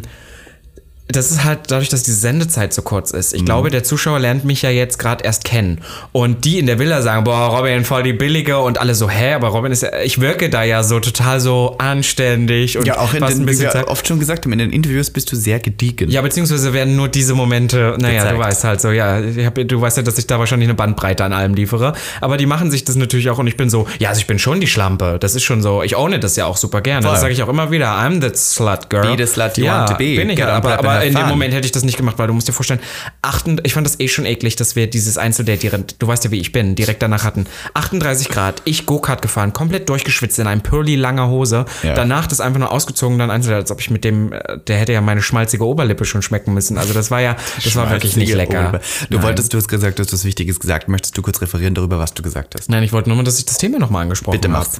das ist halt dadurch, dass die Sendezeit so kurz ist. Ich mhm. glaube, der Zuschauer lernt mich ja jetzt gerade erst kennen. Und die in der Villa sagen, boah, Robin, voll die Billige. Und alle so, hä, aber Robin ist ja, ich wirke da ja so total so anständig. Und ja, auch in den, ein bisschen wie wir oft schon gesagt haben, in den Interviews bist du sehr gediegen. Ja, beziehungsweise werden nur diese Momente, naja, gezeigt. Du weißt halt so, ja, ich hab, du weißt ja, dass ich da wahrscheinlich eine Bandbreite an allem liefere. Aber die machen sich das natürlich auch und ich bin so, ja, also ich bin schon die Schlampe. Das ist schon so, ich owne das ja auch super gerne. Voll. Das sage ich auch immer wieder, I'm the slut girl. Be the slut you ja, want to be. bin ich ja, aber, aber in dem Moment hätte ich das nicht gemacht, weil du musst dir vorstellen, achtend, ich fand das eh schon eklig, dass wir dieses Einzeldate, direkt, du weißt ja, wie ich bin, direkt danach hatten. achtunddreißig Grad, ich Go-Kart gefahren, komplett durchgeschwitzt in einem Purli langer Hose. Ja. Danach das einfach nur ausgezogen, dann Einzeldate, als ob ich mit dem, der hätte ja meine schmalzige Oberlippe schon schmecken müssen. Also das war ja, das war wirklich nicht lecker. Ober. Du Nein. wolltest, du hast gesagt, du hast was Wichtiges gesagt. Möchtest du kurz referieren darüber, was du gesagt hast? Nein, ich wollte nur mal, dass ich das Thema nochmal angesprochen habe. Bitte mach's.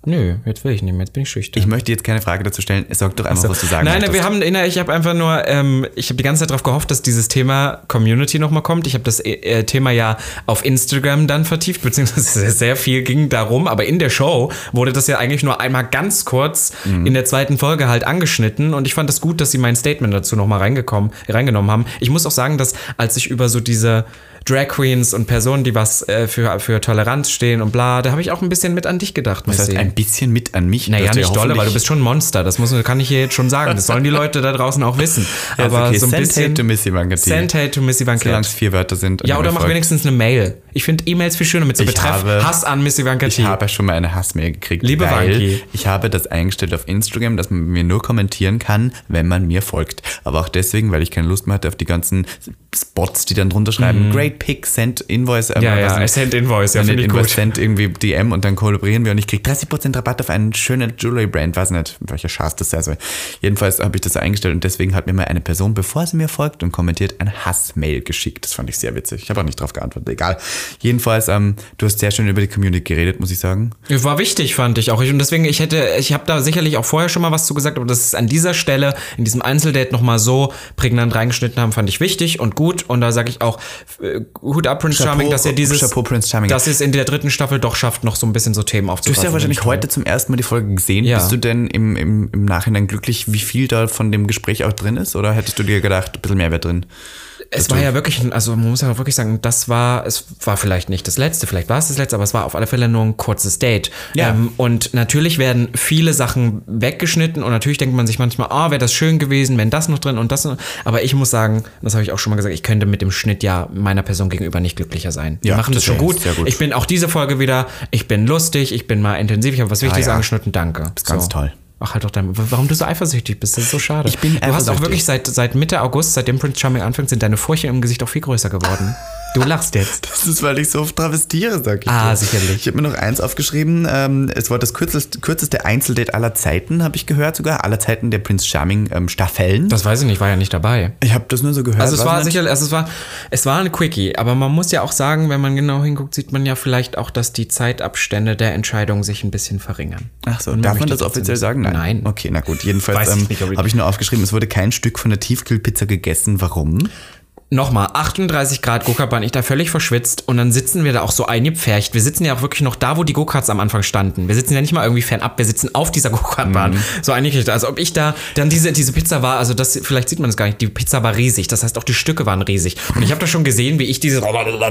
Nö, jetzt will ich nicht mehr, jetzt bin ich schüchtern. Ich möchte jetzt keine Frage dazu stellen, sag doch einfach, also, was du sagen Nein, möchtest. wir haben, ich habe einfach nur, ähm, ich habe die ganze Zeit darauf gehofft, dass dieses Thema Community nochmal kommt. Ich habe das äh, Thema ja auf Instagram dann vertieft, beziehungsweise sehr viel ging darum, aber in der Show wurde das ja eigentlich nur einmal ganz kurz mhm. in der zweiten Folge halt angeschnitten und ich fand das gut, dass sie mein Statement dazu nochmal reingekommen, reingenommen haben. Ich muss auch sagen, dass als ich über so diese Drag Queens und Personen, die was äh, für, für Toleranz stehen und bla, da habe ich auch ein bisschen mit an dich gedacht. Das heißt, ein bisschen mit an mich? Naja, nicht dolle, weil du bist schon ein Monster. Das muss, kann ich hier jetzt schon sagen. Das sollen die Leute da draußen auch wissen. Ja, aber okay. so ein Send bisschen hate to Missy Vangetti. Send hate to Missy Vangetti. Solange es vier Wörter sind. Ja, oder mach wenigstens eine Mail. Ich finde E-Mails viel schöner mit so ich Betreff habe, Hass an Missy Vangetti. Ich habe schon mal eine Hassmail gekriegt. Liebe weil Vanki. Ich habe das eingestellt auf Instagram, dass man mir nur kommentieren kann, wenn man mir folgt. Aber auch deswegen, weil ich keine Lust mehr hatte auf die ganzen Spots, die dann drunter schreiben, mhm. Great Pick, Send Invoice. Ja, ja, ja, Send Invoice, ja, finde ich gut. Send irgendwie D M und dann kollaborieren wir und ich kriege dreißig Prozent Rabatt auf einen schönen Jewelry-Brand. Weiß nicht, welcher Schatz das sei. Also jedenfalls habe ich das so eingestellt und deswegen hat mir mal eine Person, bevor sie mir folgt und kommentiert, ein Hassmail geschickt. Das fand ich sehr witzig. Ich habe auch nicht drauf geantwortet. Egal. Jedenfalls, ähm, du hast sehr schön über die Community geredet, muss ich sagen. War wichtig, fand ich auch. Und deswegen, ich hätte, ich habe da sicherlich auch vorher schon mal was zu gesagt, aber das ist an dieser Stelle, in diesem Einzeldate nochmal so prägnant reingeschnitten haben, fand ich wichtig und gut. Und da sage ich auch, äh, Hut ab, Prince Charming, dass er dieses, Chapeau, Prince Charming. dass es in der dritten Staffel doch schafft, noch so ein bisschen so Themen aufzugreifen. Du hast ja wahrscheinlich heute zum ersten Mal die Folge gesehen. Ja. Bist du denn im, im, im Nachhinein glücklich, wie viel da von dem Gespräch auch drin ist? Oder hättest du dir gedacht, ein bisschen mehr wäre drin? Es war ja wirklich, also man muss ja wirklich sagen, das war, es war vielleicht nicht das letzte, vielleicht war es das letzte, aber es war auf alle Fälle nur ein kurzes Date. Ja. Ähm, und natürlich werden viele Sachen weggeschnitten und natürlich denkt man sich manchmal, ah, oh, wäre das schön gewesen, wenn das noch drin und das noch. Aber ich muss sagen, das habe ich auch schon mal gesagt, ich könnte mit dem Schnitt ja meiner Person gegenüber nicht glücklicher sein. Wir ja, machen das, das schon gut. gut. Ich bin auch diese Folge wieder, ich bin lustig, ich bin mal intensiv, ich habe was Wichtiges ah, ja. angeschnitten, danke. Das ist ganz so. toll. Ach, halt doch dein, warum du so eifersüchtig bist, das ist so schade. Ich bin Du hast auch wirklich seit, seit Mitte August, seitdem Prince Charming anfängt, sind deine Furchen im Gesicht auch viel größer geworden. Du lachst jetzt. Das ist, weil ich so oft travestiere, sag ich Ah, dir. sicherlich. Ich habe mir noch eins aufgeschrieben. Ähm, es war das kürzeste, kürzeste Einzeldate aller Zeiten, habe ich gehört sogar. Aller Zeiten der Prince Charming ähm, Staffeln. Das weiß ich nicht, war ja nicht dabei. Ich habe das nur so gehört. Also es war sicher, also es war, es war ein Quickie, aber man muss ja auch sagen, wenn man genau hinguckt, sieht man ja vielleicht auch, dass die Zeitabstände der Entscheidung sich ein bisschen verringern. Ach so, darf man das offiziell sagen? Nein. Nein. Okay, na gut. Jedenfalls ähm, habe ich nur aufgeschrieben, es wurde kein Stück von der Tiefkühlpizza gegessen. Warum? Nochmal, achtunddreißig Grad Go-Kart-Bahn, ich da völlig verschwitzt und dann sitzen wir da auch so eingepfercht. Wir sitzen ja auch wirklich noch da, wo die Go-Karts am Anfang standen. Wir sitzen ja nicht mal irgendwie fernab, wir sitzen auf dieser Go-Kart-Bahn. Mhm. So eingerichtet, als ob ich da, dann diese, diese Pizza war, also das, vielleicht sieht man das gar nicht, die Pizza war riesig, das heißt auch die Stücke waren riesig. Und ich habe da schon gesehen, wie ich diese,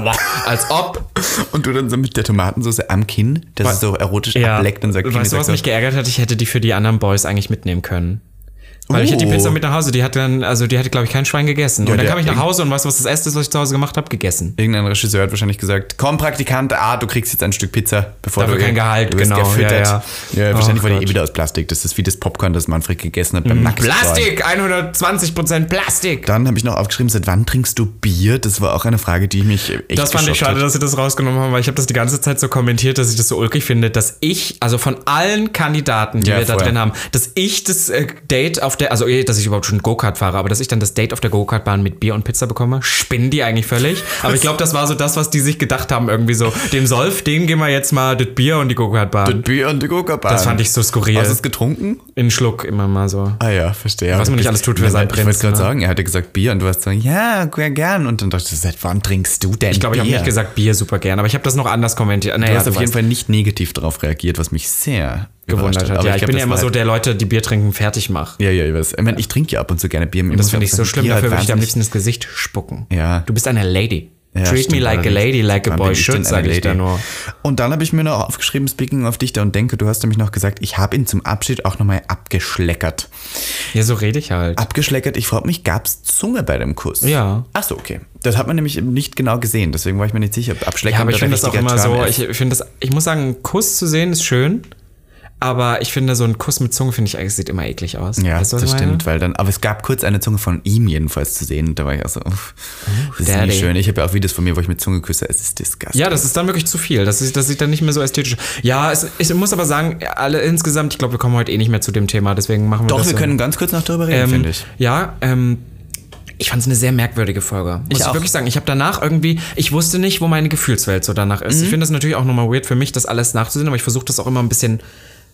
als ob. Und du dann so mit der Tomatensauce am Kinn, das ist so erotisch ja, ableckt und sagt, weißt du, was mich geärgert hat? Ich hätte die für die anderen Boys eigentlich mitnehmen können. Weil oh. ich hatte die Pizza mit nach Hause, die hat dann, also die hatte, glaube ich, kein Schwein gegessen. Ja, und dann kam ich nach Hause und weißt du, was das Erste ist, was ich zu Hause gemacht habe? Gegessen. Irgendein Regisseur hat wahrscheinlich gesagt, komm Praktikant, ah, du kriegst jetzt ein Stück Pizza, bevor Dafür du kein Gehalt, du wirst genau. gefüttert. Ja, ja. ja wahrscheinlich oh, war die eh wieder aus Plastik. Das ist wie das Popcorn, das Manfred gegessen hat beim mm, Nacktstrahl. Plastik, hundertzwanzig Prozent Plastik. Dann habe ich noch aufgeschrieben, seit wann trinkst du Bier? Das war auch eine Frage, die mich echt Das fand ich schade, hat. dass sie das rausgenommen haben, weil ich habe das die ganze Zeit so kommentiert, dass ich das so ulkig finde, dass ich, also von allen Kandidaten, die ja, wir vorher. da drin haben, dass ich das äh, Date auf der, also dass ich überhaupt schon Go-Kart fahre, aber dass ich dann das Date auf der Go-Kart-Bahn mit Bier und Pizza bekomme, spinnen die eigentlich völlig. Aber ich glaube, das war so das, was die sich gedacht haben, irgendwie so, dem Solf, dem gehen wir jetzt mal das Bier und die Go-Kart-Bahn. Das Bier und die Go-Kart-Bahn. Das fand ich so skurril. Hast du es getrunken? In Schluck immer mal so. Ah ja, verstehe. Was man nicht alles tut für seinen Prinzen. Ich wollte gerade ne? sagen, er hatte gesagt Bier und du hast so, ja, gern. Und dann dachte ich, seit wann trinkst du denn Ich glaube, ich Bier? habe nicht gesagt Bier super gern, aber ich habe das noch anders kommentiert. Naja, du hast du auf jeden Fall nicht negativ darauf reagiert, was mich sehr gewundert hat. Aber ja, ich, ich glaub, bin ja immer war so der Leute, die Bier trinken, fertig macht. Ja, ja, ich weiß. Ich meine, ich trinke ja ab und zu gerne Bier. Und das finde ich so schlimm, Bier dafür halt würde ich dir am wahnsinnig- liebsten ins Gesicht spucken. Ja. Du bist eine Lady. Ja, Treat stimmt me like a allerdings. lady, like a Wann boy bin ich denn should, eine sage ich Lady? da nur. Und dann habe ich mir noch aufgeschrieben, speaking of dich da und denke, du hast nämlich noch gesagt, ich habe ihn zum Abschied auch nochmal abgeschleckert. Ja, so rede ich halt. Abgeschleckert, ich frage mich, gab es Zunge bei dem Kuss? Ja. Ach so, okay. Das hat man nämlich nicht genau gesehen, deswegen war ich mir nicht sicher, ob Abschleckern Ja, aber ich der finde das auch richtige immer Term so, ist. ich finde das, ich muss sagen, einen Kuss zu sehen ist schön, aber ich finde, so ein Kuss mit Zunge, finde ich eigentlich, sieht immer eklig aus. Ja, weißt du, was das ich meine? stimmt, weil dann, aber es gab kurz eine Zunge von ihm jedenfalls zu sehen, da war ich auch so, uff, das ist Daddy. nicht schön. Ich habe ja auch Videos von mir, wo ich mit Zunge küsse, es ist disgusting. Ja, das ist dann wirklich zu viel. Das, ist, das sieht dann nicht mehr so ästhetisch. Ja, es, ich muss aber sagen, alle insgesamt, ich glaube, wir kommen heute eh nicht mehr zu dem Thema, deswegen machen wir Doch, das wir so. können ganz kurz noch darüber reden, ähm, finde ich. Ja, ähm, ich fand es eine sehr merkwürdige Folge. Muss Ich ich, auch. wirklich sagen. Ich habe danach irgendwie, ich wusste nicht, wo meine Gefühlswelt so danach ist. Mhm. Ich finde das natürlich auch nochmal weird für mich, das alles nachzusehen, aber ich versuche das auch immer ein bisschen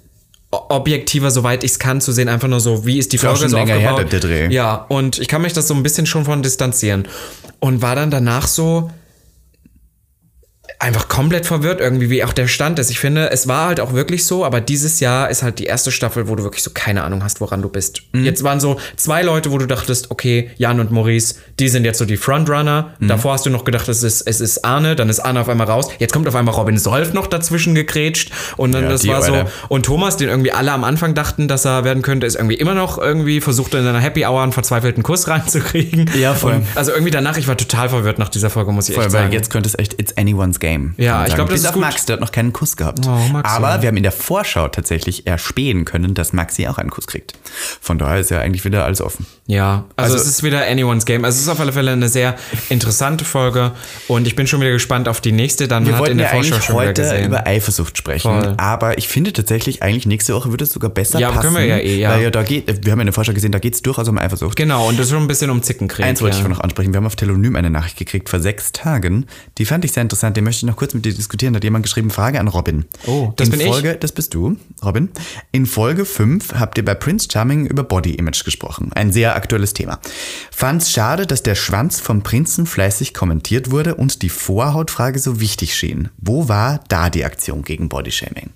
objektiver, soweit ich es kann, zu sehen, einfach nur so, wie ist die Folge schon so länger aufgebaut. her, der Dreh. Ja, und ich kann mich das so ein bisschen schon von distanzieren. Und war dann danach so einfach komplett verwirrt irgendwie, wie auch der Stand ist. Ich finde, es war halt auch wirklich so, aber dieses Jahr ist halt die erste Staffel, wo du wirklich so keine Ahnung hast, woran du bist. Mhm. Jetzt waren so zwei Leute, wo du dachtest, okay, Jan und Maurice, die sind jetzt so die Frontrunner. Mhm. Davor hast du noch gedacht, es ist, es ist Arne, dann ist Arne auf einmal raus. Jetzt kommt auf einmal Robin Solf noch dazwischen gegrätscht und dann ja, das war so. Alter. Und Thomas, den irgendwie alle am Anfang dachten, dass er werden könnte, ist irgendwie immer noch irgendwie versucht, in seiner Happy Hour einen verzweifelten Kuss reinzukriegen. Ja, voll. Und also irgendwie danach, ich war total verwirrt nach dieser Folge, muss ich voll, echt sagen. Weil jetzt könnte es echt, it's anyone's game. Ja, ich glaube, das ist gut. Max, der hat noch keinen Kuss gehabt. Oh, Max, aber ja. wir haben in der Vorschau tatsächlich erspähen können, dass Maxi auch einen Kuss kriegt. Von daher ist ja eigentlich wieder alles offen. Ja, also, also es ist wieder anyone's game. Also es ist auf alle Fälle eine sehr interessante Folge und ich bin schon wieder gespannt auf die nächste. Dann wir hat wollten in der ja Vorschau eigentlich schon heute wieder gesehen. über Eifersucht sprechen, Voll. aber ich finde tatsächlich eigentlich nächste Woche würde es sogar besser ja, passen. Ja, können wir ja eh, ja. Weil ja da geht, wir haben ja in der Vorschau gesehen, da geht es durchaus um Eifersucht. Genau, und das ist schon ein bisschen um Zickenkrieg. Eins wollte ja. ich noch ansprechen. Wir haben auf Telonym eine Nachricht gekriegt vor sechs Tagen. Die fand ich sehr interessant. Die möchte ich noch kurz mit dir diskutieren. Da hat jemand geschrieben, Frage an Robin. Oh, das in bin Folge, ich? Das bist du, Robin. In Folge fünf habt ihr bei Prince Charming über Body Image gesprochen. Ein sehr aktuelles Thema. Fand's schade, dass der Schwanz vom Prinzen fleißig kommentiert wurde und die Vorhautfrage so wichtig schien. Wo war da die Aktion gegen Bodyshaming?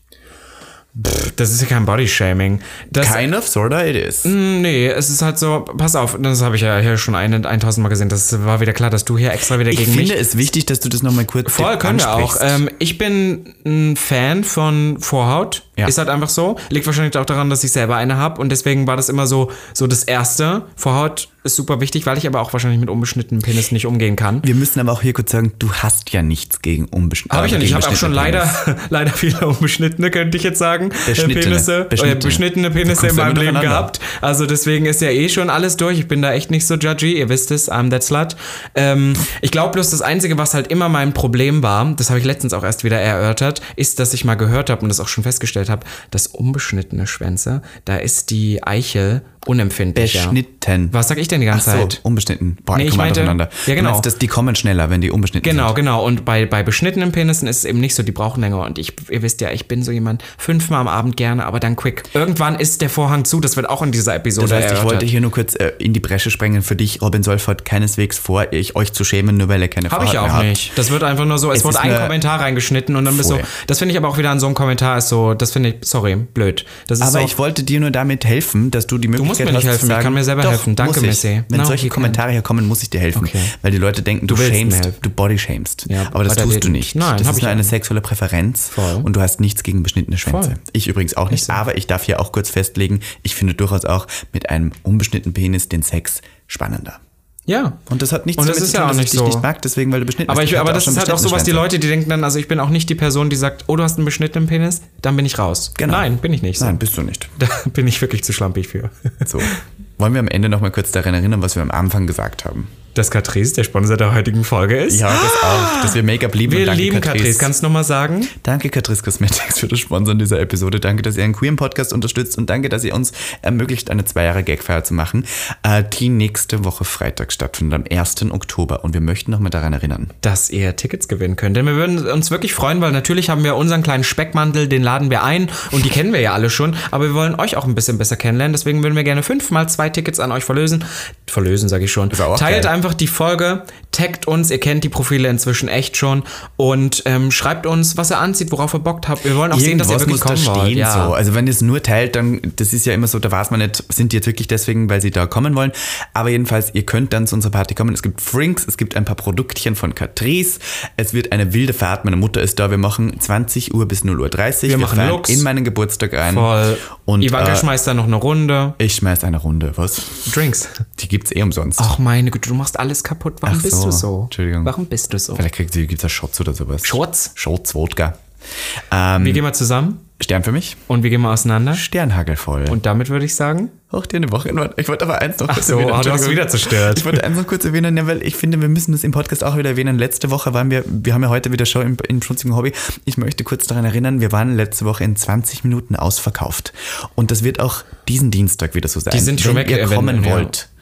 Pff, das ist ja kein Bodyshaming. Das, kind of, sorta it is. Nee, es ist halt so, pass auf, das habe ich ja hier schon ein, tausend Mal gesehen, das war wieder klar, dass du hier extra wieder ich gegen mich... Ich finde es wichtig, dass du das nochmal kurz Voll, können wir auch. Ähm, ich bin ein Fan von Vorhaut, ja. Ist halt einfach so. Liegt wahrscheinlich auch daran, dass ich selber eine habe und deswegen war das immer so, so das Erste. Vorhaut ist super wichtig, weil ich aber auch wahrscheinlich mit unbeschnittenen Penis nicht umgehen kann. Wir müssen aber auch hier kurz sagen, du hast ja nichts gegen unbeschnittene. Habe ich ja nicht. Ich habe auch schon leider, leider viele unbeschnittene, könnte ich jetzt sagen, beschnittene Penisse, beschnittene, beschnittene Penisse in meinem Leben gehabt. Also deswegen ist ja eh schon alles durch. Ich bin da echt nicht so judgy. Ihr wisst es, I'm that slut. Ähm, ich glaube bloß, das Einzige, was halt immer mein Problem war, das habe ich letztens auch erst wieder erörtert, ist, dass ich mal gehört habe und das auch schon festgestellt habe, dass unbeschnittene Schwänze, da ist die Eichel unempfindlicher. Beschnitten. Was sag ich denn die ganze Ach so, Zeit? unbeschnitten. Boah, nee, ich meinte, ja, genau. Du meinst, dass die kommen schneller, wenn die unbeschnitten genau, sind. Genau, genau. Und bei, bei beschnittenen Penissen ist es eben nicht so, die brauchen länger. Und ich, ihr wisst ja, ich bin so jemand, fünfmal am Abend gerne, aber dann quick. Irgendwann ist der Vorhang zu, das wird auch in dieser Episode Das heißt, erörtert. Ich wollte hier nur kurz äh, in die Bresche sprengen für dich, Robin Solf hat keineswegs vor, ich, euch zu schämen, nur weil er keine Vorhaut mehr hat. Habe ich auch nicht. Das wird einfach nur so, es, es wurde ein Kommentar reingeschnitten und dann bist du so, das finde ich aber auch wieder an so einem Kommentar ist so, das finde ich, sorry, blöd. Das ist aber so, ich wollte dir nur damit helfen, dass du die Möglichkeit hast, du musst mir nicht helfen, sagen, ich kann mir selber doch, helfen. Danke, Messi. Wenn no, solche Kommentare herkommen, muss ich dir helfen. Okay. Weil die Leute denken, du, du shamest, du bodyshamest. Ja, aber das tust du nicht. Nein, das ist nur eine sexuelle Präferenz Voll. Und du hast nichts gegen beschnittene Schwänze. Voll. Ich übrigens auch nicht, so. Aber ich darf hier auch kurz festlegen, ich finde durchaus auch mit einem unbeschnittenen Penis den Sex spannender. Ja. Und das hat nichts und das damit ist zu tun, ja auch dass nicht ich dich so. nicht mag, deswegen, weil du beschnitten aber bist. Ich, aber das ist halt auch so, was die Leute, die denken dann, also ich bin auch nicht die Person, die sagt, oh, du hast einen beschnittenen Penis, dann bin ich raus. Genau. Nein, bin ich nicht. So. Nein, bist du nicht. Da bin ich wirklich zu schlampig für. So. Wollen wir am Ende noch mal kurz daran erinnern, was wir am Anfang gesagt haben? Dass Catrice der Sponsor der heutigen Folge ist. Ja, das auch. Dass wir Make-up lieben. Wir und danke, lieben Catrice. Catrice. Kannst du nochmal sagen? Danke, Catrice Cosmetics, für das Sponsoren dieser Episode. Danke, dass ihr einen queeren Podcast unterstützt und danke, dass ihr uns ermöglicht, eine zwei Jahre Gagfeier zu machen, die nächste Woche Freitag stattfindet, am ersten Oktober. Und wir möchten nochmal daran erinnern, dass ihr Tickets gewinnen könnt. Denn wir würden uns wirklich freuen, weil natürlich haben wir unseren kleinen Speckmantel, den laden wir ein und die kennen wir ja alle schon. Aber wir wollen euch auch ein bisschen besser kennenlernen. Deswegen würden wir gerne fünfmal zwei Tickets an euch verlösen. Verlösen, sage ich schon. Teilt geil. Einfach die Folge. Taggt uns, ihr kennt die Profile inzwischen echt schon und ähm, schreibt uns, was ihr anzieht, worauf ihr Bock habt. Wir wollen auch Irgendwas sehen, dass ihr wirklich kommen wollt. Ja. So. Also wenn ihr es nur teilt, dann, das ist ja immer so, da weiß man nicht, sind die jetzt wirklich deswegen, weil sie da kommen wollen. Aber jedenfalls, ihr könnt dann zu unserer Party kommen. Es gibt Frinks, es gibt ein paar Produktchen von Catrice. Es wird eine wilde Fahrt. Meine Mutter ist da. Wir machen zwanzig Uhr bis null Uhr dreißig. Wir, wir machen Lux. In meinen Geburtstag rein. Voll. Und Ivanka äh, schmeißt da noch eine Runde. Ich schmeiß eine Runde. Was? Drinks. Die gibt's eh umsonst. Ach meine Güte, du machst alles kaputt. Warum Ach bist so. du so? Entschuldigung. Warum bist du so? Vielleicht gibt es da Shots oder sowas. Shots? Shots, Wodka. Ähm, wie gehen wir zusammen? Stern für mich. Und wie gehen wir auseinander? Sternhagelvoll. Und damit würde ich sagen? Auch dir eine Woche. Ich wollte aber eins noch Ach kurz so, erwähnen. Oh, du hast wieder zerstört. Ich wollte eins noch kurz erwähnen, ja, weil ich finde, wir müssen das im Podcast auch wieder erwähnen. Letzte Woche waren wir, wir haben ja heute wieder Show im, im Schmutzigen Hobby. Ich möchte kurz daran erinnern, wir waren letzte Woche in zwanzig Minuten ausverkauft. Und das wird auch diesen Dienstag wieder so sein. Die sind schon wenn weg. Wenn ihr kommen wenn, wollt, ja.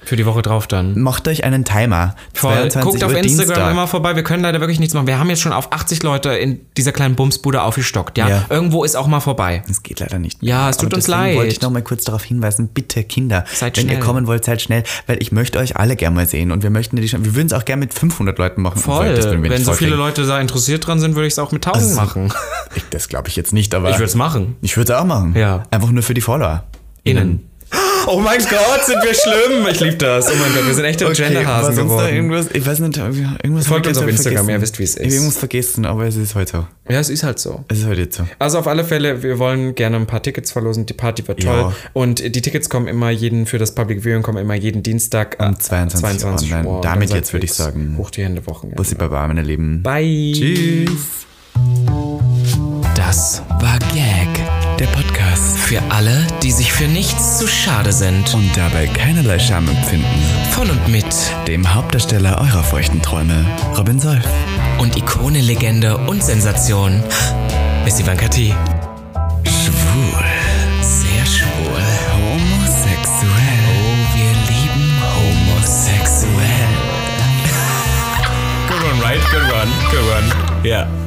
Für die Woche drauf dann. Macht euch einen Timer. Voll. Guckt auf Uhr Instagram Dienstag. immer vorbei. Wir können leider wirklich nichts machen. Wir haben jetzt schon auf achtzig Leute in dieser kleinen Bumsbude aufgestockt. Ja? Ja. Irgendwo ist auch mal vorbei. Es geht leider nicht. Ja, es tut Aber uns deswegen leid. wollte ich noch mal kurz darauf hinweisen, bitte Kinder, Seid wenn schnell. ihr kommen wollt, seid schnell, weil ich möchte euch alle gerne mal sehen und wir möchten die, wir würden es auch gerne mit fünfhundert Leuten machen. Voll. Das würden wir Wenn nicht so viele vollkriegen. Leute da interessiert dran sind, würde ich es auch mit tausend machen. Ich, das glaube ich jetzt nicht, aber Ich würde es machen. ich würde es auch machen. Ja. Einfach nur für die Follower. Innen. Oh mein Gott, sind wir schlimm. Ich liebe das. Oh mein Gott, wir sind echte Okay, Genderhasen war sonst noch geworden. irgendwas? Ich weiß nicht, irgendwas Folgt uns auf hab ich Instagram, vergessen. ihr wisst, wie es Ich habe ist. irgendwas vergessen, aber es ist halt so. Ja, es ist halt so. Es ist halt jetzt so. Also auf alle Fälle, wir wollen gerne ein paar Tickets verlosen. Die Party wird toll. Ja. Und die Tickets kommen immer jeden, für das Public Viewing kommen immer jeden Dienstag Um zweiundzwanzig Uhr online. Uhr. Damit Dann jetzt würde ich seid sagen. Hoch die Hände, Wochenende. Bussi Baba, meine Lieben. Bye. Tschüss. Das war Gag. Der Podcast. Für alle, die sich für nichts zu schade sind. Und dabei keinerlei Scham empfinden. Von und mit Dem Hauptdarsteller eurer feuchten Träume, Robin Solf. und Ikone, Legende und Sensation, Miss Ivanka T. Schwul. Sehr schwul. Homosexuell. Oh, wir lieben homosexuell. Good one, right? Good one. Good one. Ja.